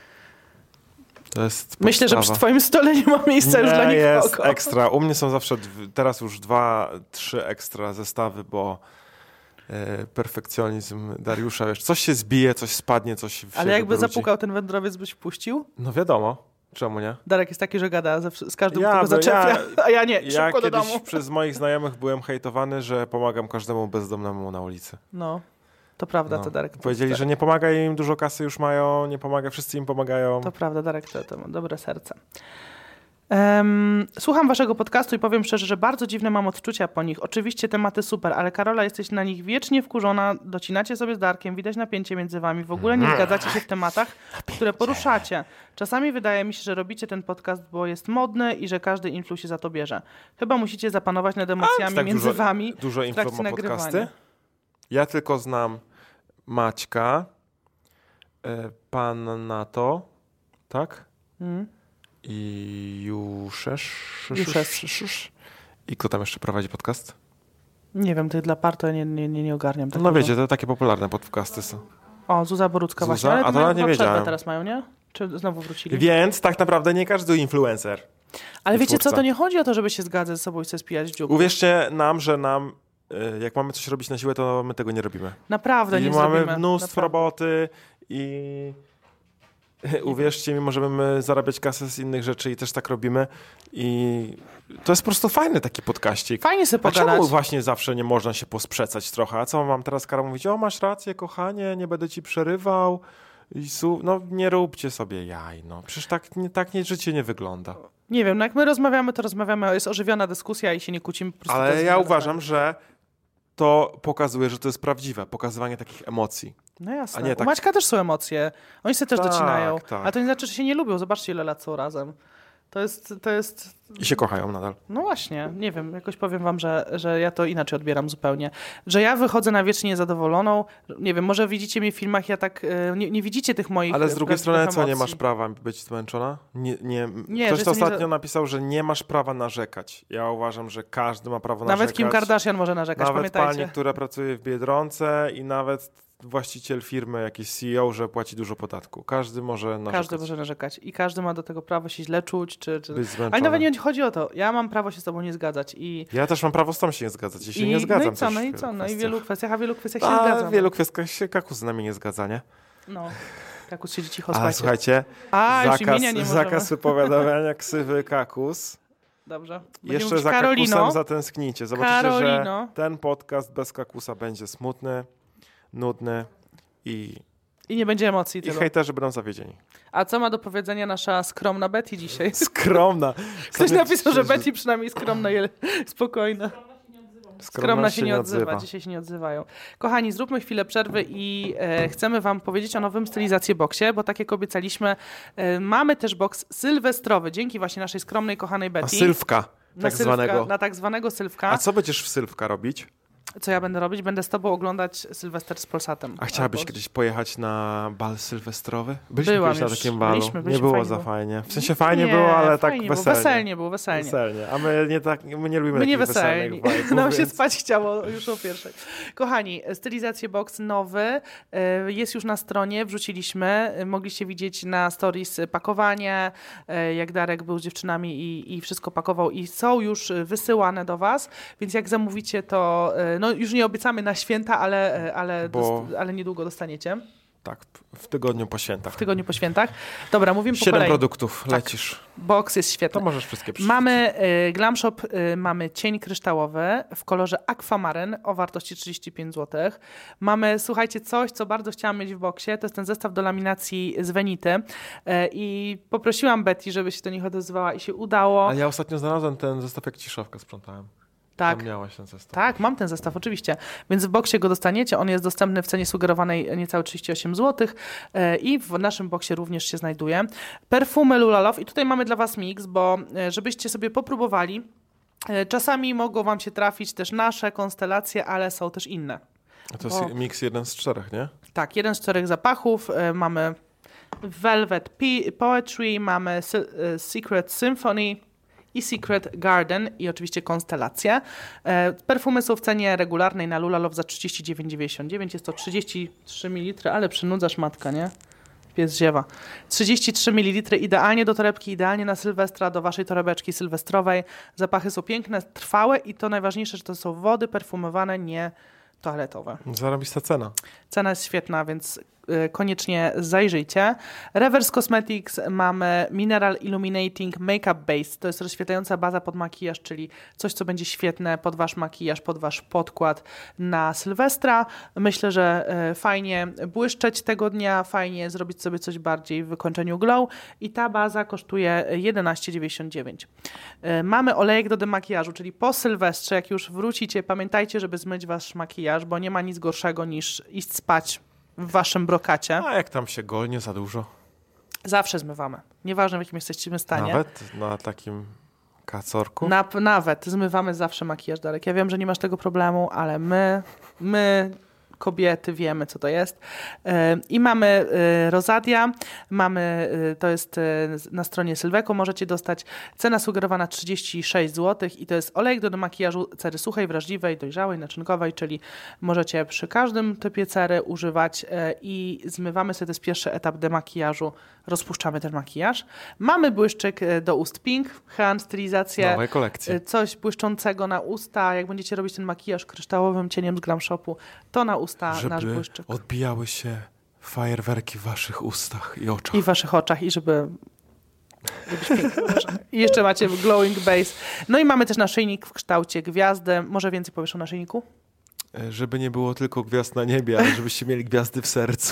To jest podstawa. Myślę, że przy twoim stole nie ma miejsca nie, już dla nikogo. jest ekstra. U mnie są zawsze dw- teraz już dwa, trzy ekstra zestawy, bo e, perfekcjonizm Dariusza, wiesz, coś się zbije, coś spadnie, coś się Ale jakby wywróci. zapukał ten wędrowiec, byś wpuścił? No wiadomo. Czemu nie? Darek jest taki, że gada ze, z każdym, Ja, kto go bo zaczepia, ja- a ja nie, Ja szybko do kiedyś domu. przez moich znajomych byłem hejtowany, że pomagam każdemu bezdomnemu na ulicy. No, to prawda, No. to Darek. To, Powiedzieli, to, że nie pomaga im, dużo kasy już mają, nie pomaga, wszyscy im pomagają. To prawda, Darek, to, to ma dobre serce. Um, słucham waszego podcastu i powiem szczerze, że bardzo dziwne mam odczucia po nich. Oczywiście tematy super, ale Karola, jesteś na nich wiecznie wkurzona, docinacie sobie z Darkiem, widać napięcie między wami, w ogóle nie zgadzacie się w tematach, które poruszacie. Czasami wydaje mi się, że robicie ten podcast, bo jest modny i że każdy influ się za to bierze. Chyba musicie zapanować nad emocjami tak między dużo, wami Dużo w info trakcie ma nagrywania. podcasty. Ja tylko znam Maćka, e, pan Nato, tak? Mm. I Juszesz. Juszesz. I kto tam jeszcze prowadzi podcast? Nie wiem, tych dla par to nie, nie, nie, nie ogarniam. Tak No dużo. wiecie, to takie popularne podcasty są. O, Zuza Borucka Zuza? właśnie. Ale A to mają nawet nie chyba przerwę wiedziałem. teraz mają, nie? Czy znowu wrócili? Więc tak naprawdę nie każdy influencer. Ale i wiecie co, twórca. to nie chodzi o to, żeby się zgadzać ze sobą i sobie spijać dziób. Uwierzcie nam, że nam, y, jak mamy coś robić na siłę, to my tego nie robimy. Naprawdę I nie mamy zrobimy. mnóstwo Naprawdę. roboty i uwierzcie mi, możemy zarabiać kasę z innych rzeczy i też tak robimy. I to jest po prostu fajny taki podkaścik. Fajnie sobie A czemu pogadać. właśnie zawsze nie można się posprzecać trochę? A co mam teraz Kara mówić? O, masz rację, kochanie, nie będę ci przerywał. I su- no nie róbcie sobie jaj, no. Przecież tak nie, tak nie, życie nie wygląda. Nie wiem, no jak my rozmawiamy, to rozmawiamy, jest ożywiona dyskusja i się nie kłócimy. Po prostu to Ale jest ja inne uważam, że to pokazuje, że to jest prawdziwe. Pokazywanie takich emocji. No jasne. A nie U tak- Maćka też są emocje. Oni sobie też Tak, docinają. tak. A to nie znaczy, że się nie lubią. Zobaczcie, ile lat są razem. To jest, to jest... I się kochają nadal. No właśnie, nie wiem, jakoś powiem wam, że, że ja to inaczej odbieram zupełnie. Że ja wychodzę na wiecznie niezadowoloną. Nie wiem, może widzicie mnie w filmach, ja tak... e, Nie, nie widzicie tych moich... Ale z drugiej prawdziwych strony, co, nie emocji. masz prawa być zmęczona? Nie, nie. Nie, Ktoś że to jestem ostatnio nie- napisał, że nie masz prawa narzekać. Ja uważam, że każdy ma prawo Nawet narzekać. Kim Kardashian może narzekać, Nawet pamiętajcie. pani, która pracuje w Biedronce i nawet właściciel firmy, jakiś C E O, że płaci dużo podatku. Każdy może narzekać. Każdy może narzekać i każdy ma do tego prawo się źle czuć, czy... czy... Być zmęczony. Ale nawet nie chodzi o to. Ja mam prawo się z tobą nie zgadzać i... Ja też mam prawo z tobą się nie zgadzać. Ja się i nie zgadzam no i co, też no w i wielu co, no i w kwestiach. wielu kwestiach, a w wielu kwestiach się A zgadzam. w wielu kwestiach się Kakus z nami nie zgadza, nie? No, Kakus siedzi cicho, Ale słuchajcie. słuchajcie, A, już zakaz, imienia nie możemy. zakaz wypowiadania ksywy Kakus. Dobrze. Będziemy Jeszcze mówić za Karolino. Kakusem zatęsknicie. Zobaczycie, Karolino. że ten podcast bez Kakusa będzie smutny, nudny i, I nie będzie emocji i tylu. hejterzy będą zawiedzieni. A co ma do powiedzenia nasza skromna Betty dzisiaj? Skromna. Ktoś Sobie napisał, że myślę, Betty przynajmniej skromna i spokojna. Skromna się nie odzywa. Dzisiaj się nie odzywają. Kochani, zróbmy chwilę przerwy i e, chcemy wam powiedzieć o nowym stylizacji boksie, bo tak jak obiecaliśmy, e, mamy też boks sylwestrowy, dzięki właśnie naszej skromnej, kochanej A Betty. Sylwka, na tak sylwka, zwanego. Na tak zwanego Sylwka. A co będziesz w Sylwka robić? Co ja będę robić? Będę z tobą oglądać Sylwester z Polsatem. A chciałabyś Albo- kiedyś pojechać na bal sylwestrowy? Byliśmy Byłam kiedyś na już, takim balu. byliśmy, byliśmy, nie było fajnie za było. fajnie. W sensie fajnie Nie, było, ale fajnie tak było. weselnie. Weselnie było, weselnie. Weselnie. A my nie, tak, my nie lubimy My nie takich weselni. weselnych vibe'ów, Nam się więc- spać chciało już o pierwszej. Kochani, stylizację box nowy e, jest już na stronie, wrzuciliśmy. E, Mogliście widzieć na stories pakowanie, e, jak Darek był z dziewczynami i, i wszystko pakował i są już e, wysyłane do was, więc jak zamówicie to, e, no już nie obiecamy na święta, ale, e, ale, Bo- dost, ale niedługo dostaniecie. Tak, w tygodniu po świętach. W tygodniu po świętach. Dobra, mówimy po Siedem kolei. produktów, Tak. lecisz. Box jest świetny. To możesz wszystkie przeczytać. Mamy y, Glam Shop, y, mamy cień kryształowy w kolorze Aquamaryn o wartości trzydzieści pięć złotych. Mamy, słuchajcie, coś, co bardzo chciałam mieć w boksie, to jest ten zestaw do laminacji z Venity y, i poprosiłam Betty, żeby się do nich odezwała i się udało. A ja ostatnio znalazłem ten zestaw, jak ci szafkę sprzątałem. Tak. Tam miałaś ten zestaw. Tak, mam ten zestaw, oczywiście. Więc w boksie go dostaniecie. On jest dostępny w cenie sugerowanej niecałe trzydzieści osiem złotych e, i w naszym boksie również się znajduje. Perfumy Lula Love i tutaj mamy dla was mix, bo e, żebyście sobie popróbowali. E, czasami mogą wam się trafić też nasze konstelacje, ale są też inne. A to jest Bo... mix jeden z czterech, nie? Tak, jeden z czterech zapachów. E, mamy Velvet P- Poetry, mamy e, Secret Symphony i Secret Garden i oczywiście konstelacje. E, perfumy są w cenie regularnej na Lula Love za trzydzieści dziewięć dziewięćdziesiąt dziewięć. Jest to trzydzieści trzy mililitry, ale przynudzasz matka, nie? Pies ziewa. trzydzieści trzy mililitry idealnie do torebki, idealnie na Sylwestra, do waszej torebeczki sylwestrowej. Zapachy są piękne, trwałe i to najważniejsze, że to są wody perfumowane, nie toaletowe. Zarobista cena. Cena jest świetna, więc y, koniecznie zajrzyjcie. Reverse Cosmetics mamy Mineral Illuminating Makeup Base. To jest rozświetlająca baza pod makijaż, czyli coś, co będzie świetne pod wasz makijaż, pod wasz podkład na Sylwestra. Myślę, że y, fajnie błyszczeć tego dnia, fajnie zrobić sobie coś bardziej w wykończeniu glow i ta baza kosztuje jedenaście dziewięćdziesiąt dziewięć. Y, mamy olejek do demakijażu, czyli po Sylwestrze, jak już wrócicie, pamiętajcie, żeby zmyć wasz makijaż, bo nie ma nic gorszego niż iść spać w waszym brokacie. A jak tam się golnie za dużo? Zawsze zmywamy. Nieważne, w jakim jesteśmy stanie. Nawet na takim kacorku? Na, nawet zmywamy zawsze makijaż, Darek. Ja wiem, że nie masz tego problemu, ale my, my kobiety wiemy, co to jest. I mamy Rosadia, mamy, to jest na stronie Sylweco, możecie dostać, cena sugerowana trzydzieści sześć złotych i to jest olejek do makijażu cery suchej, wrażliwej, dojrzałej, naczynkowej, czyli możecie przy każdym typie cery używać i zmywamy sobie, to jest pierwszy etap demakijażu, rozpuszczamy ten makijaż. Mamy błyszczyk do ust Pink, hand stylizację, nowej kolekcji. Coś błyszczącego na usta, jak będziecie robić ten makijaż kryształowym cieniem z Glam Shopu, to na usta żeby nasz błyszczyk. odbijały się fajerwerki w waszych ustach i oczach. I w waszych oczach i żeby... I jeszcze macie glowing base. No i mamy też naszyjnik w kształcie gwiazdy. Może więcej powiesz o naszyjniku? Żeby nie było tylko gwiazd na niebie, ale żebyście mieli gwiazdy w sercu.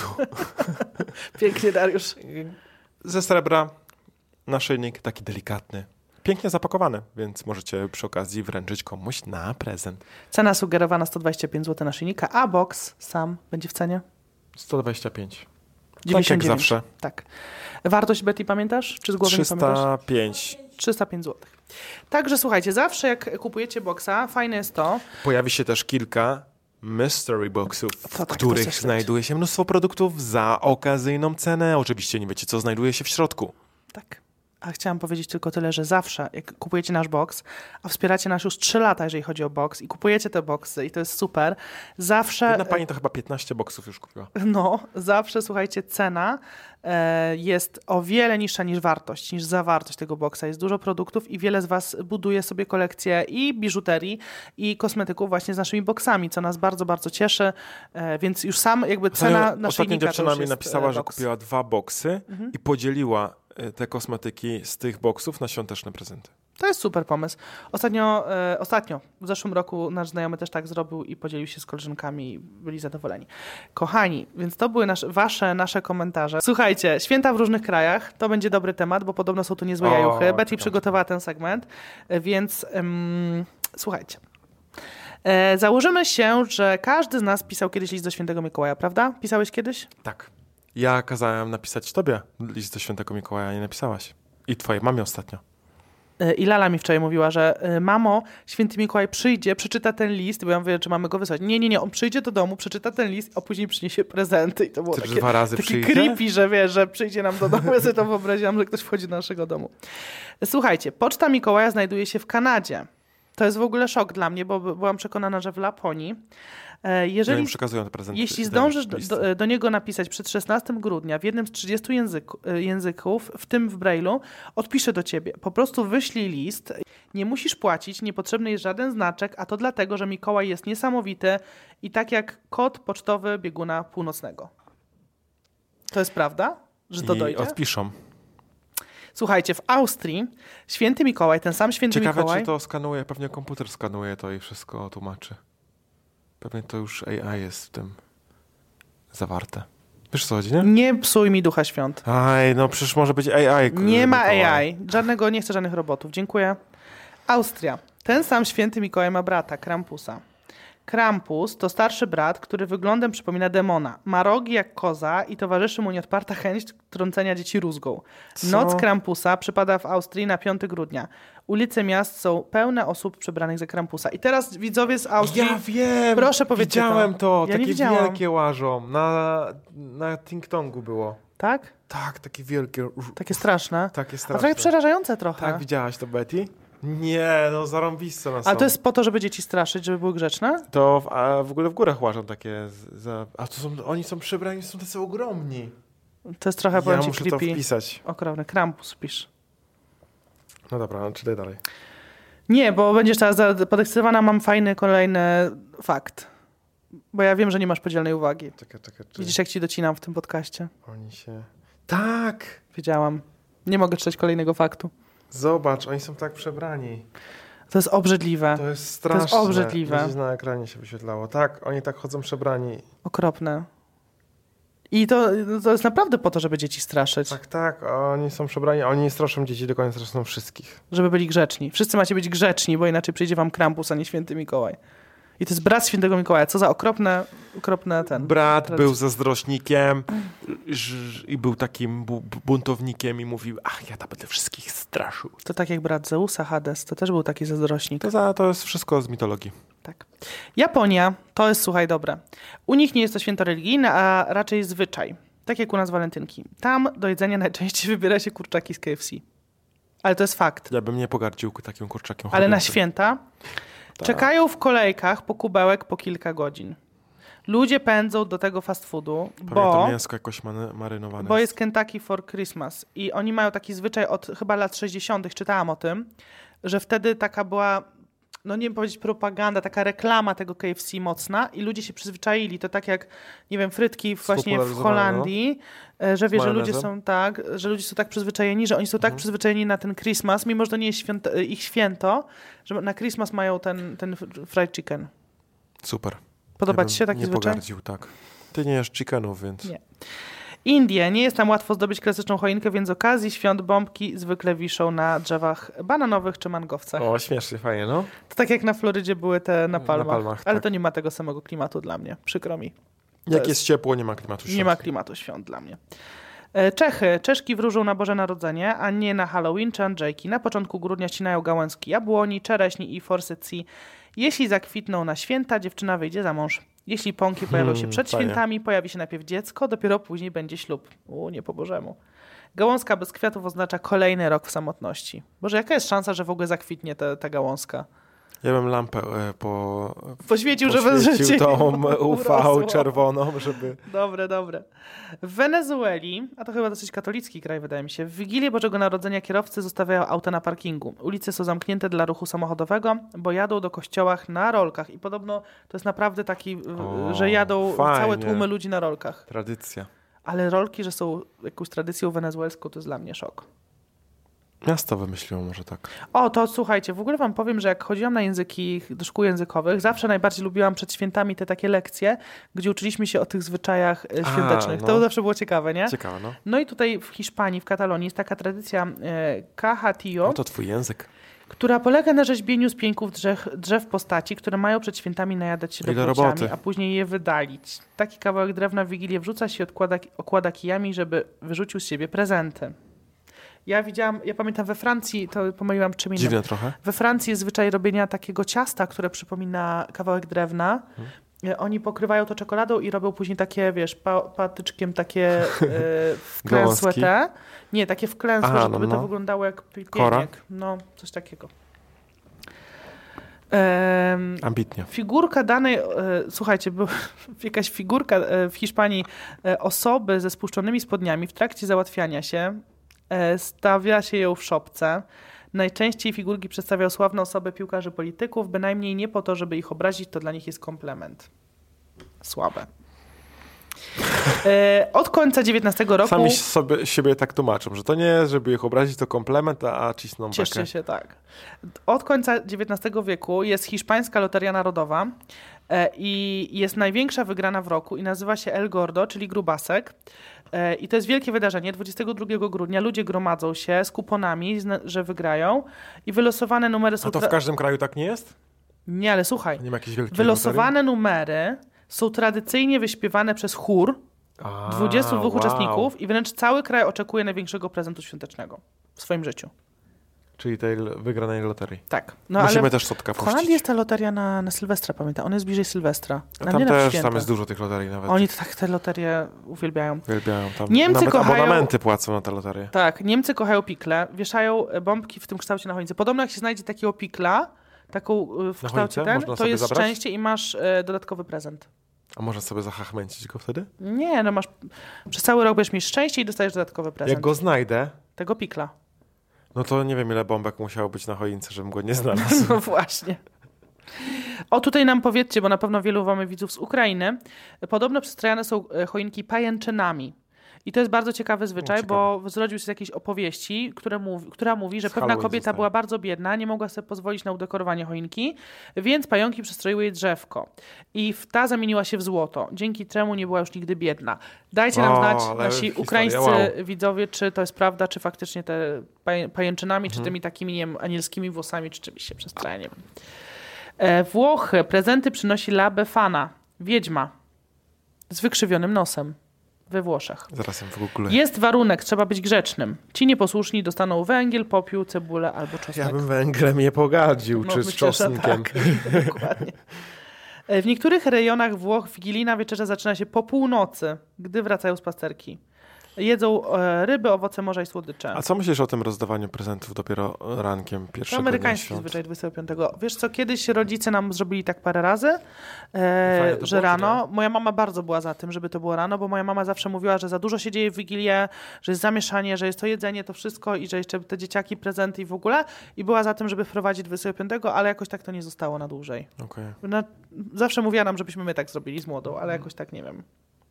Pięknie, Dariusz. Ze srebra naszyjnik taki delikatny. Pięknie zapakowany, więc możecie przy okazji wręczyć komuś na prezent. Cena sugerowana sto dwadzieścia pięć złotych naszyjnika, a box sam będzie w cenie? sto dwadzieścia pięć. dziewięćdziesiąt dziewięć. Tak jak zawsze. Tak. Wartość, Betty, pamiętasz? Czy z głowy trzysta pięć. nie pamiętasz? trzysta pięć złotych. Także słuchajcie, zawsze jak kupujecie boxa, fajne jest to... Pojawi się też kilka mystery boxów, w tak, których znajduje się mnóstwo produktów za okazyjną cenę. Oczywiście nie wiecie, co znajduje się w środku. Tak. A chciałam powiedzieć tylko tyle, że zawsze, jak kupujecie nasz box, a wspieracie nas już trzy lata, jeżeli chodzi o box i kupujecie te boxy i to jest super, zawsze... Jedna pani to chyba piętnaście boxów już kupiła. No, zawsze, słuchajcie, cena e, jest o wiele niższa niż wartość, niż zawartość tego boxa. Jest dużo produktów i wiele z was buduje sobie kolekcję i biżuterii, i kosmetyków właśnie z naszymi boxami, co nas bardzo, bardzo cieszy, e, więc już sam jakby cena naszyjnika Ostatnio dziewczyna mi napisała, e, że kupiła dwa boxy mhm. i podzieliła te kosmetyki z tych boksów na świąteczne prezenty. To jest super pomysł. Ostatnio, e, ostatnio, w zeszłym roku nasz znajomy też tak zrobił i podzielił się z koleżankami i byli zadowoleni. Kochani, więc to były nasze, wasze, nasze komentarze. Słuchajcie, święta w różnych krajach, to będzie dobry temat, bo podobno są tu niezłe jajuchy. Betty przygotowała ten segment, więc um, słuchajcie. E, założymy się, że każdy z nas pisał kiedyś list do świętego Mikołaja, prawda? Pisałeś kiedyś? Tak. Ja kazałem napisać tobie list do świętego Mikołaja, nie napisałaś. I twojej mamie ostatnio. I Lala mi wczoraj mówiła, że mamo, święty Mikołaj przyjdzie, przeczyta ten list, bo ja mówię, czy mamy go wysłać. Nie, nie, nie, on przyjdzie do domu, przeczyta ten list, a później przyniesie prezenty. I to było Ty takie, dwa razy takie przyjdzie? creepy, że wiesz, że przyjdzie nam do domu. Ja sobie to wyobraziłam, że ktoś wchodzi do naszego domu. Słuchajcie, poczta Mikołaja znajduje się w Kanadzie. To jest w ogóle szok dla mnie, bo byłam przekonana, że w Laponii. Jeżeli, przekazują te prezenty, jeśli zdążysz do, do, do niego napisać przed szesnastego grudnia w jednym z trzydziestu języku, języków, w tym w Braille'u, odpiszę do ciebie. Po prostu wyślij list. Nie musisz płacić, niepotrzebny jest żaden znaczek, a to dlatego, że Mikołaj jest niesamowity i tak jak kod pocztowy bieguna północnego. To jest prawda, że to I dojdzie? odpiszą. Słuchajcie, w Austrii święty Mikołaj, ten sam święty Ciekawe, Mikołaj... czy to skanuje, pewnie komputer skanuje to i wszystko tłumaczy. Pewnie to już A I jest w tym zawarte. Wiesz co chodzi, nie? Nie psuj mi ducha świąt. Aj, no przecież może być A I. Nie ma Mikołaj. A I. Żadnego, nie chcę żadnych robotów. Dziękuję. Austria. Ten sam święty Mikołaj ma brata, Krampusa. Krampus to starszy brat, który wyglądem przypomina demona. Ma rogi jak koza i towarzyszy mu nieodparta chęć trącenia dzieci rózgą. Co? Noc Krampusa przypada w Austrii na piątego grudnia. Ulice miast są pełne osób przebranych za Krampusa. I teraz widzowie z Austrii... Ja wiem! Proszę powiedzcie Widziałem to. to Ja nie takie widziałam. wielkie łażą. Na, na Ting-Tongu było. Tak? Tak, takie wielkie. Takie straszne. Takie A straszne. trochę przerażające trochę. Tak, widziałaś to, Betty? Nie, no zarąbiste na Ale to jest po to, żeby dzieci straszyć, żeby były grzeczne? To w, a w ogóle w górach łażą takie... Z, za, a to są, oni są przebrani, są tacy ogromni. To jest trochę, Ja powiem ci, muszę to creepy. wpisać. Okropny. Krampus pisz. No dobra, no czytaj dalej. Nie, bo będziesz teraz za- podekscytowana, mam fajny kolejny fakt. Bo ja wiem, że nie masz podzielnej uwagi. Czekaj, czekaj, czy Widzisz, jak ci docinam w tym podcaście? oni się... Tak! Wiedziałam. Nie mogę czytać kolejnego faktu. Zobacz, oni są tak przebrani. To jest obrzydliwe. To jest straszne. jest obrzydliwe. Gdzieś na ekranie się wyświetlało. Tak, oni tak chodzą przebrani. Okropne. I to, to jest naprawdę po to, żeby dzieci straszyć. Tak, tak, oni są przebrani, a oni nie straszą dzieci, do końca straszą wszystkich. Żeby byli grzeczni. Wszyscy macie być grzeczni, bo inaczej przyjdzie wam Krampus, a nie święty Mikołaj. I to jest brat świętego Mikołaja. Co za okropne, okropne ten... Brat tradycje. był zazdrośnikiem ż- i był takim bu- bu- buntownikiem i mówił, ach, ja tam będę wszystkich straszył. To tak jak brat Zeusa, Hades. To też był taki zazdrośnik. To, za, to jest wszystko z mitologii. Tak. Japonia, to jest, słuchaj, dobre. U nich nie jest to święto religijne, a raczej zwyczaj. Tak jak u nas walentynki. Tam do jedzenia najczęściej wybiera się kurczaki z K F C. Ale to jest fakt. Ja bym nie pogardził takim kurczakiem. Ale na chodzącym. święta Tak. czekają w kolejkach po kubełek po kilka godzin. Ludzie pędzą do tego fast foodu, Pewnie bo, to mięsko jakoś many- marynowane bo jest Kentucky for Christmas. I oni mają taki zwyczaj od chyba lat sześćdziesiątych, czytałam o tym, że wtedy taka była, no nie wiem powiedzieć propaganda, taka reklama tego K F C mocna i ludzie się przyzwyczaili. To tak jak, nie wiem, frytki właśnie w Spopularyzowane, Holandii, e, że wiesz, że ludzie majonezem. są tak, że ludzie są tak przyzwyczajeni, że oni są tak Mhm. przyzwyczajeni na ten Christmas, mimo że to nie jest święto, ich święto, że na Christmas mają ten, ten fried chicken. Super. Podoba ja ci się taki nie zwyczaj? pogardził, tak. Ty nie jesz chickenów, więc... Nie. Indie. Nie jest tam łatwo zdobyć klasyczną choinkę, więc z okazji świąt bombki zwykle wiszą na drzewach bananowych czy mangowcach. O, śmiesznie, fajnie, no. To tak jak na Florydzie były te na palmach, Na palmach, ale tak. to nie ma tego samego klimatu dla mnie. Przykro mi. To Jak jest ciepło, nie ma klimatu świąt. Nie ma klimatu świąt dla mnie. E, Czechy. Czeszki wróżą na Boże Narodzenie, a nie na Halloween czy Andrzejki. Na początku grudnia ścinają gałązki jabłoni, czereśni i forsycji. Jeśli zakwitną na święta, dziewczyna wyjdzie za mąż. Jeśli pąki pojawią się Hmm, przed fajnie. świętami, pojawi się najpierw dziecko, dopiero później będzie ślub. U, nie po Bożemu. Gałązka bez kwiatów oznacza kolejny rok w samotności. Boże, jaka jest szansa, że w ogóle zakwitnie ta, ta gałązka? Ja bym lampę e, po... Poświecił, żeby poświecił życie tą urosło. U V czerwoną, żeby... Dobre, dobre. W Wenezueli, a to chyba dosyć katolicki kraj, wydaje mi się, w Wigilię Bożego Narodzenia kierowcy zostawiają auta na parkingu. Ulice są zamknięte dla ruchu samochodowego, bo jadą do kościołach na rolkach. I podobno to jest naprawdę taki, O, że jadą fajnie. całe tłumy ludzi na rolkach. Tradycja. Ale rolki, że są jakąś tradycją wenezuelską, to jest dla mnie szok. Miasto wymyśliło może tak. O, to słuchajcie, w ogóle wam powiem, że jak chodziłam na języki, do szkół językowych, zawsze najbardziej lubiłam przed świętami te takie lekcje, gdzie uczyliśmy się o tych zwyczajach e, A, świątecznych. no. To zawsze było ciekawe, nie? Ciekawe, no. No i tutaj w Hiszpanii, w Katalonii jest taka tradycja e, cajatillo, No to twój język. która polega na rzeźbieniu z pieńków drzew, drzew postaci, które mają przed świętami najadać się Ile dobrodziami, roboty. a później je wydalić. Taki kawałek drewna w Wigilię wrzuca się i odkłada, okłada kijami, żeby wyrzucił z siebie prezenty. Ja widziałam, ja pamiętam we Francji, to pomyliłam czym innym. Dziwne trochę. We Francji jest zwyczaj robienia takiego ciasta, które przypomina kawałek drewna. Hmm. E, Oni pokrywają to czekoladą i robią później takie, wiesz, pa, patyczkiem takie e, wklęsłe Gałązki? te. Nie, takie wklęsłe, Aha, żeby no, to no. wyglądało jak Kora? pieniek. No, coś takiego. Em, Ambitnie. Figurka danej, e, słuchajcie, była jakaś figurka e, w Hiszpanii e, osoby ze spuszczonymi spodniami w trakcie załatwiania się, e, stawia się ją w szopce. Najczęściej figurki przedstawiają sławne osoby piłkarzy, polityków, bynajmniej nie po to, żeby ich obrazić, to dla nich jest komplement. Słabe. E, od końca dziewiętnastego roku... Sami sobie, siebie tak tłumaczą, że to nie jest, żeby ich obrazić, to komplement, a cisną Cieszcie bekę. się, tak. Od końca dziewiętnastego wieku jest hiszpańska Loteria Narodowa e, i jest największa wygrana w roku i nazywa się El Gordo, czyli grubasek. E, I to jest wielkie wydarzenie. dwudziestego drugiego grudnia ludzie gromadzą się z kuponami, zna, że wygrają i wylosowane numery są... A to w każdym kraju tak nie jest? Nie, ale słuchaj. Nie ma jakiejś wielkiej Wylosowane loterii? numery są tradycyjnie wyśpiewane przez chór A, dwudziestu dwóch wow. uczestników i wręcz cały kraj oczekuje największego prezentu świątecznego w swoim życiu. Czyli tej wygranej loterii. Tak. No, Musimy ale też Sotka w Holandii puścić. jest ta loteria na, na Sylwestra, pamiętam. On jest bliżej Sylwestra. A Na tam nie na też, święta. tam jest dużo tych loterii nawet. Oni tak te loterie uwielbiają. Uwielbiają tam. Niemcy Nawet kochają- abonamenty płacą na te loterie. Tak, Niemcy kochają pikle, wieszają bombki w tym kształcie na choince. Podobno jak się znajdzie takiego pikla, taką y, w Na kształcie choince? ten, Można to sobie jest zabrać? szczęście i masz y, dodatkowy prezent. A można sobie zachachmęcić go wtedy? Nie, no masz przez cały rok będziesz mieć szczęście i dostajesz dodatkowy prezent. Jak go znajdę, Tego pikla. no to nie wiem ile bombek musiało być na choince, żebym go nie znalazł. No właśnie. O, tutaj nam powiedzcie, bo na pewno wielu mamy widzów z Ukrainy. Podobno przystrajane są e, choinki pajęczynami. I to jest bardzo ciekawy zwyczaj, O, bo zrodził się z jakiejś opowieści, które mówi, która mówi, że Z pewna Halloween kobieta zostaje. była bardzo biedna, nie mogła sobie pozwolić na udekorowanie choinki, więc pająki przystroiły jej drzewko. I w- ta zamieniła się w złoto, dzięki czemu nie była już nigdy biedna. Dajcie nam O, znać, ale nasi historia, ukraińscy wow. widzowie, czy to jest prawda, czy faktycznie te paj- pajęczynami, Mhm. czy tymi takimi, nie wiem, anielskimi włosami, czy czymś się przestraja, nie wiem. E, Włochy. Prezenty przynosi La Befana, wiedźma z wykrzywionym nosem we Włoszech. Zaraz ją w Google. Jest warunek, trzeba być grzecznym. Ci nieposłuszni dostaną węgiel, popiół, cebulę albo czosnek. Ja bym węglem nie pogadził, No, czy z myślę, że czosnkiem. tak. Dokładnie. E, W niektórych rejonach Włoch wigilijna wieczerza zaczyna się po północy, gdy wracają z pasterki. Jedzą e, ryby, owoce morza i słodycze. A co myślisz o tym rozdawaniu prezentów dopiero rankiem To pierwszego amerykański dnia świąt? zwyczaj dwudziestego piątego. Wiesz co, kiedyś rodzice nam zrobili tak parę razy, Fajne e, to że było, czy rano, moja mama bardzo była za tym, żeby to było rano, bo moja mama zawsze mówiła, że za dużo się dzieje w Wigilię, że jest zamieszanie, że jest to jedzenie, to wszystko i że jeszcze te dzieciaki, prezenty i w ogóle. I była za tym, żeby wprowadzić dwudziestego piątego, ale jakoś tak to nie zostało na dłużej. Okej. Na, zawsze mówiła nam, żebyśmy my tak zrobili z młodą, ale jakoś tak nie wiem.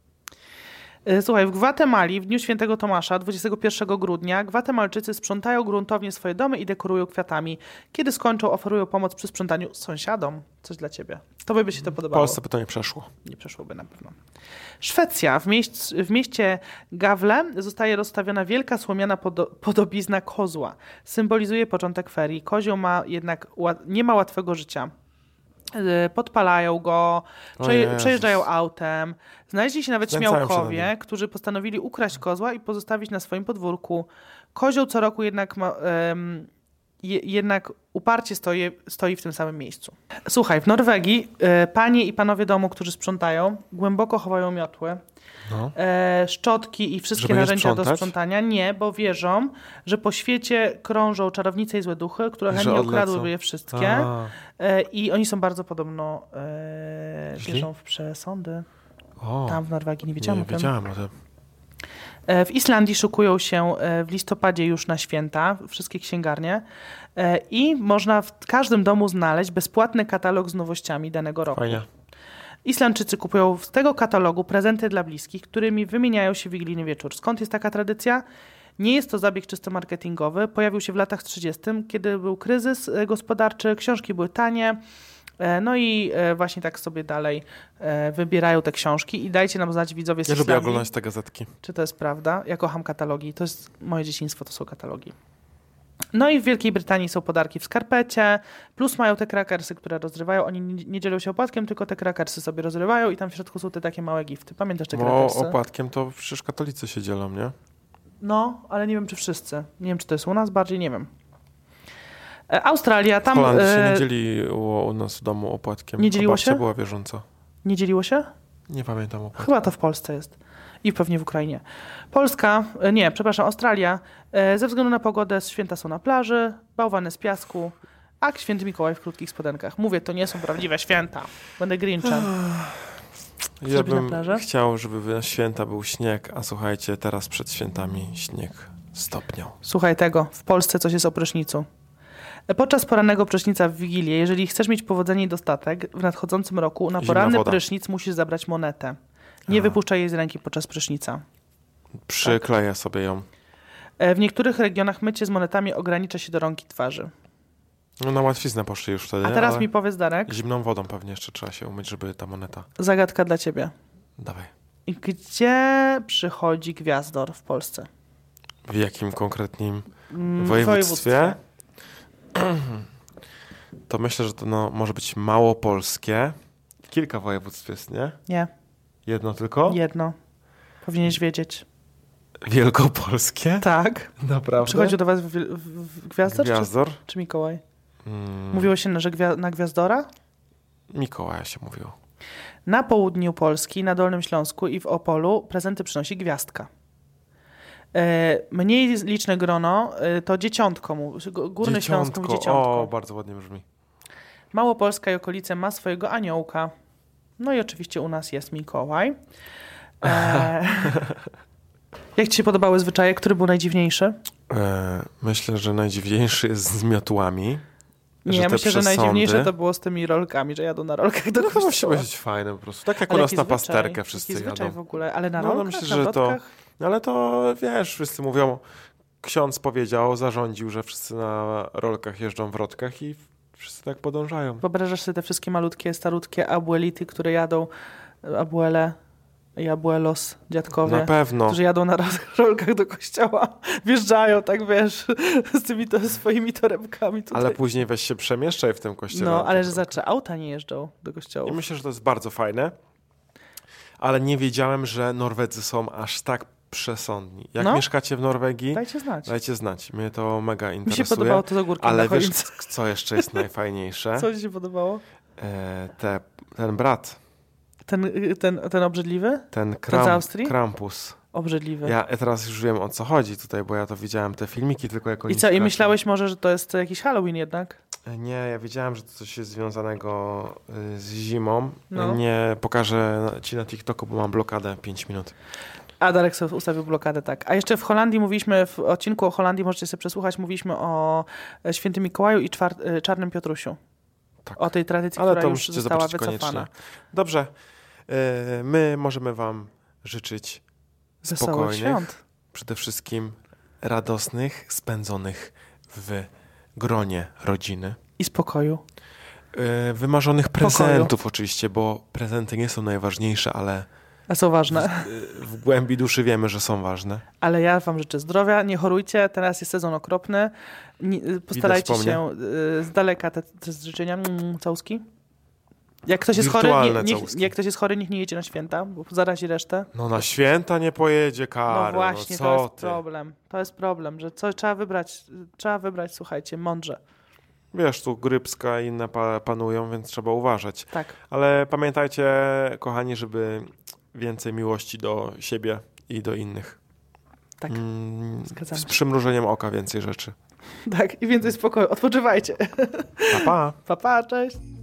E, Słuchaj, w Gwatemali w dniu świętego Tomasza, dwudziestego pierwszego grudnia, Gwatemalczycy sprzątają gruntownie swoje domy i dekorują kwiatami. Kiedy skończą, oferują pomoc przy sprzątaniu sąsiadom. Coś dla ciebie. Tobie by się to W podobało. Polsce by to nie przeszło. Nie przeszłoby na pewno. Szwecja. W, mieś, w mieście Gawle zostaje rozstawiona wielka słomiana podo, podobizna kozła. Symbolizuje początek ferii. Kozioł ma jednak ła, nie ma łatwego życia. Yy, Podpalają go, O przeje, Jezus. przejeżdżają autem. Znaleźli się nawet Znęcają się nad śmiałkowie, którzy postanowili ukraść kozła i pozostawić na swoim podwórku. Kozioł co roku jednak ma, em, je, jednak uparcie stoi, stoi w tym samym miejscu. Słuchaj, w Norwegii e, panie i panowie domu, którzy sprzątają, głęboko chowają miotły, No. e, szczotki i wszystkie Żeby nie narzędzia do sprzątać? sprzątania. Nie, bo wierzą, że po świecie krążą czarownice i złe duchy, które I że chętnie odlecą. ukradłyby je wszystkie. A, E, I oni są bardzo podobno, e, Źli? wierzą w przesądy. o, Tam w Norwegii, nie wiedziałam nie o tym. wiedziałem o tym. E, W Islandii szykują się e, w listopadzie już na święta wszystkie księgarnie e, i można w każdym domu znaleźć bezpłatny katalog z nowościami danego roku. Fajnie. Islandczycy kupują z tego katalogu prezenty dla bliskich, którymi wymieniają się w wigilijny wieczór. Skąd jest taka tradycja? Nie jest to zabieg czysto marketingowy. Pojawił się w latach trzydziestych, kiedy był kryzys e, gospodarczy, książki były tanie. E, No i e, właśnie tak sobie dalej e, wybierają te książki i dajcie nam znać, widzowie z Ja lubię Islandii, oglądać te gazetki. czy to jest prawda. Ja kocham katalogi. To jest moje dzieciństwo, to są katalogi. No i w Wielkiej Brytanii są podarki w skarpecie, plus mają te krakersy, które rozrywają. Oni nie, nie dzielą się opłatkiem, tylko te krakersy sobie rozrywają i tam w środku są te takie małe gifty. Pamiętasz te Bo krakersy? opłatkiem to przecież katolicy się dzielą, nie? No, ale nie wiem, czy wszyscy. Nie wiem, czy to jest u nas bardziej, nie wiem. E, Australia, W tam... Holandii się e, nie dzieliło u nas w domu opłatkiem. Nie dzieliło A babcia się? była wierząca. nie dzieliło się? Nie pamiętam opłatku. Chyba to w Polsce jest. I pewnie w Ukrainie. Polska, e, nie, przepraszam, Australia. E, ze względu na pogodę święta są na plaży, bałwany z piasku, a święty Mikołaj w krótkich spodenkach. Mówię, to nie są prawdziwe święta. Będę Grinchem. Ja Zrobić na bym plażę? chciał, żeby na święta był śnieg, a słuchajcie, teraz przed świętami śnieg stopniał. Słuchaj tego, w Polsce coś jest o prysznicu. Podczas porannego prysznica w Wigilię, jeżeli chcesz mieć powodzenie i dostatek w nadchodzącym roku, na Zimna poranny woda. prysznic musisz zabrać monetę. Nie A. wypuszczaj jej z ręki podczas prysznica. Przykleję tak. sobie ją. W niektórych regionach mycie z monetami ogranicza się do rąk i twarzy. No na łatwiznę poszli już wtedy. A teraz ale mi powiedz, Darek. Zimną wodą pewnie jeszcze trzeba się umyć, żeby ta moneta... Zagadka dla ciebie. Dawaj. I gdzie przychodzi gwiazdor w Polsce? W jakim konkretnym Mm, województwie? To myślę, że to no, może być małopolskie. Kilka województw jest, nie? Nie. Jedno tylko? Jedno. Powinieneś wiedzieć. Wielkopolskie? Tak. Naprawdę? Przychodził do was w, w, w Gwiazdor? Gwiazdor? Czy, czy Mikołaj? Hmm. Mówiło się, że gwia- na Gwiazdora? Mikołaja się mówiło. Na południu Polski, na Dolnym Śląsku i w Opolu prezenty przynosi gwiazdka. E, mniej liczne grono e, to dzieciątko, Górny Śląsk mówi dzieciątko. O, bardzo ładnie brzmi. Małopolska i okolice ma swojego aniołka. No i oczywiście u nas jest Mikołaj. E, jak ci się podobały zwyczaje? Który był najdziwniejszy? E, myślę, że najdziwniejszy jest z miotłami. Nie, ja myślę, że najdziwniejsze to było z tymi rolkami, że jadą na rolkach do no kościoła. To musi być fajne po prostu. Tak jak ale u nas na zwyczaj, pasterkę wszyscy jaki zwyczaj jadą. w ogóle, ale na no, rolkach, no myślę, na że to, wrotkach? ale to wiesz, wszyscy mówią, ksiądz powiedział, zarządził, że wszyscy na rolkach jeżdżą w wrotkach i wszyscy tak podążają. Wyobrażasz sobie te wszystkie malutkie, starutkie abuelity, które jadą, abuele i abuelos, dziadkowie, Na pewno. którzy jadą na rolkach do kościoła, wjeżdżają, tak wiesz, z tymi to, swoimi torebkami tutaj. Ale później weź się przemieszczaj w tym kościele. No, ale że znaczy auta nie jeżdżą do kościoła. I myślę, że to jest bardzo fajne, ale nie wiedziałem, że Norwedzy są aż tak przesądni. Jak no? mieszkacie w Norwegii, dajcie znać. Dajcie znać. Mnie to mega interesuje. Mi się podobało to z ogórkiem. Ale wiesz, co jeszcze jest najfajniejsze? Co ci się podobało? E, te, ten brat. Ten, ten, ten obrzydliwy? Ten, kram, ten z Austrii? Krampus. Obrzydliwy. Ja teraz już wiem, o co chodzi tutaj, bo ja to widziałem te filmiki tylko jako I co, i myślałeś może, że to jest jakiś Halloween jednak? Nie, ja wiedziałem, że to coś jest związanego z zimą. No. Nie pokażę ci na TikToku, bo mam blokadę pięć minut. A Darek sobie ustawił blokadę, tak. A jeszcze w Holandii mówiliśmy, w odcinku o Holandii, możecie sobie przesłuchać, mówiliśmy o Świętym Mikołaju i czwar- Czarnym Piotrusiu. Tak. O tej tradycji, ale która to już została wycofana. Koniecznie. Dobrze. My możemy wam życzyć Wesołych spokojnych, świąt. Przede wszystkim radosnych, spędzonych w gronie rodziny. I spokoju. Wymarzonych prezentów oczywiście, bo prezenty nie są najważniejsze, ale A są ważne. W, w głębi duszy wiemy, że są ważne. Ale ja wam życzę zdrowia, nie chorujcie, teraz jest sezon okropny. Nie, postarajcie się z daleka te, te życzenia, mm, całuski. Jak ktoś jest chory, nie, niech, jak ktoś jest chory, niech nie jedzie na święta, bo zarazi resztę. No na święta nie pojedzie, Karol. No właśnie, no co to jest ty? problem. To jest problem, że co trzeba wybrać, trzeba wybrać, słuchajcie, mądrze. Wiesz, tu grypska i inne pa- panują, więc trzeba uważać. Tak. Ale pamiętajcie, kochani, żeby więcej miłości do siebie i do innych. Tak, mm, zgadzam Z się. przymrużeniem oka więcej rzeczy. Tak, i więcej spokoju. Odpoczywajcie. Pa, pa. Pa, pa, cześć.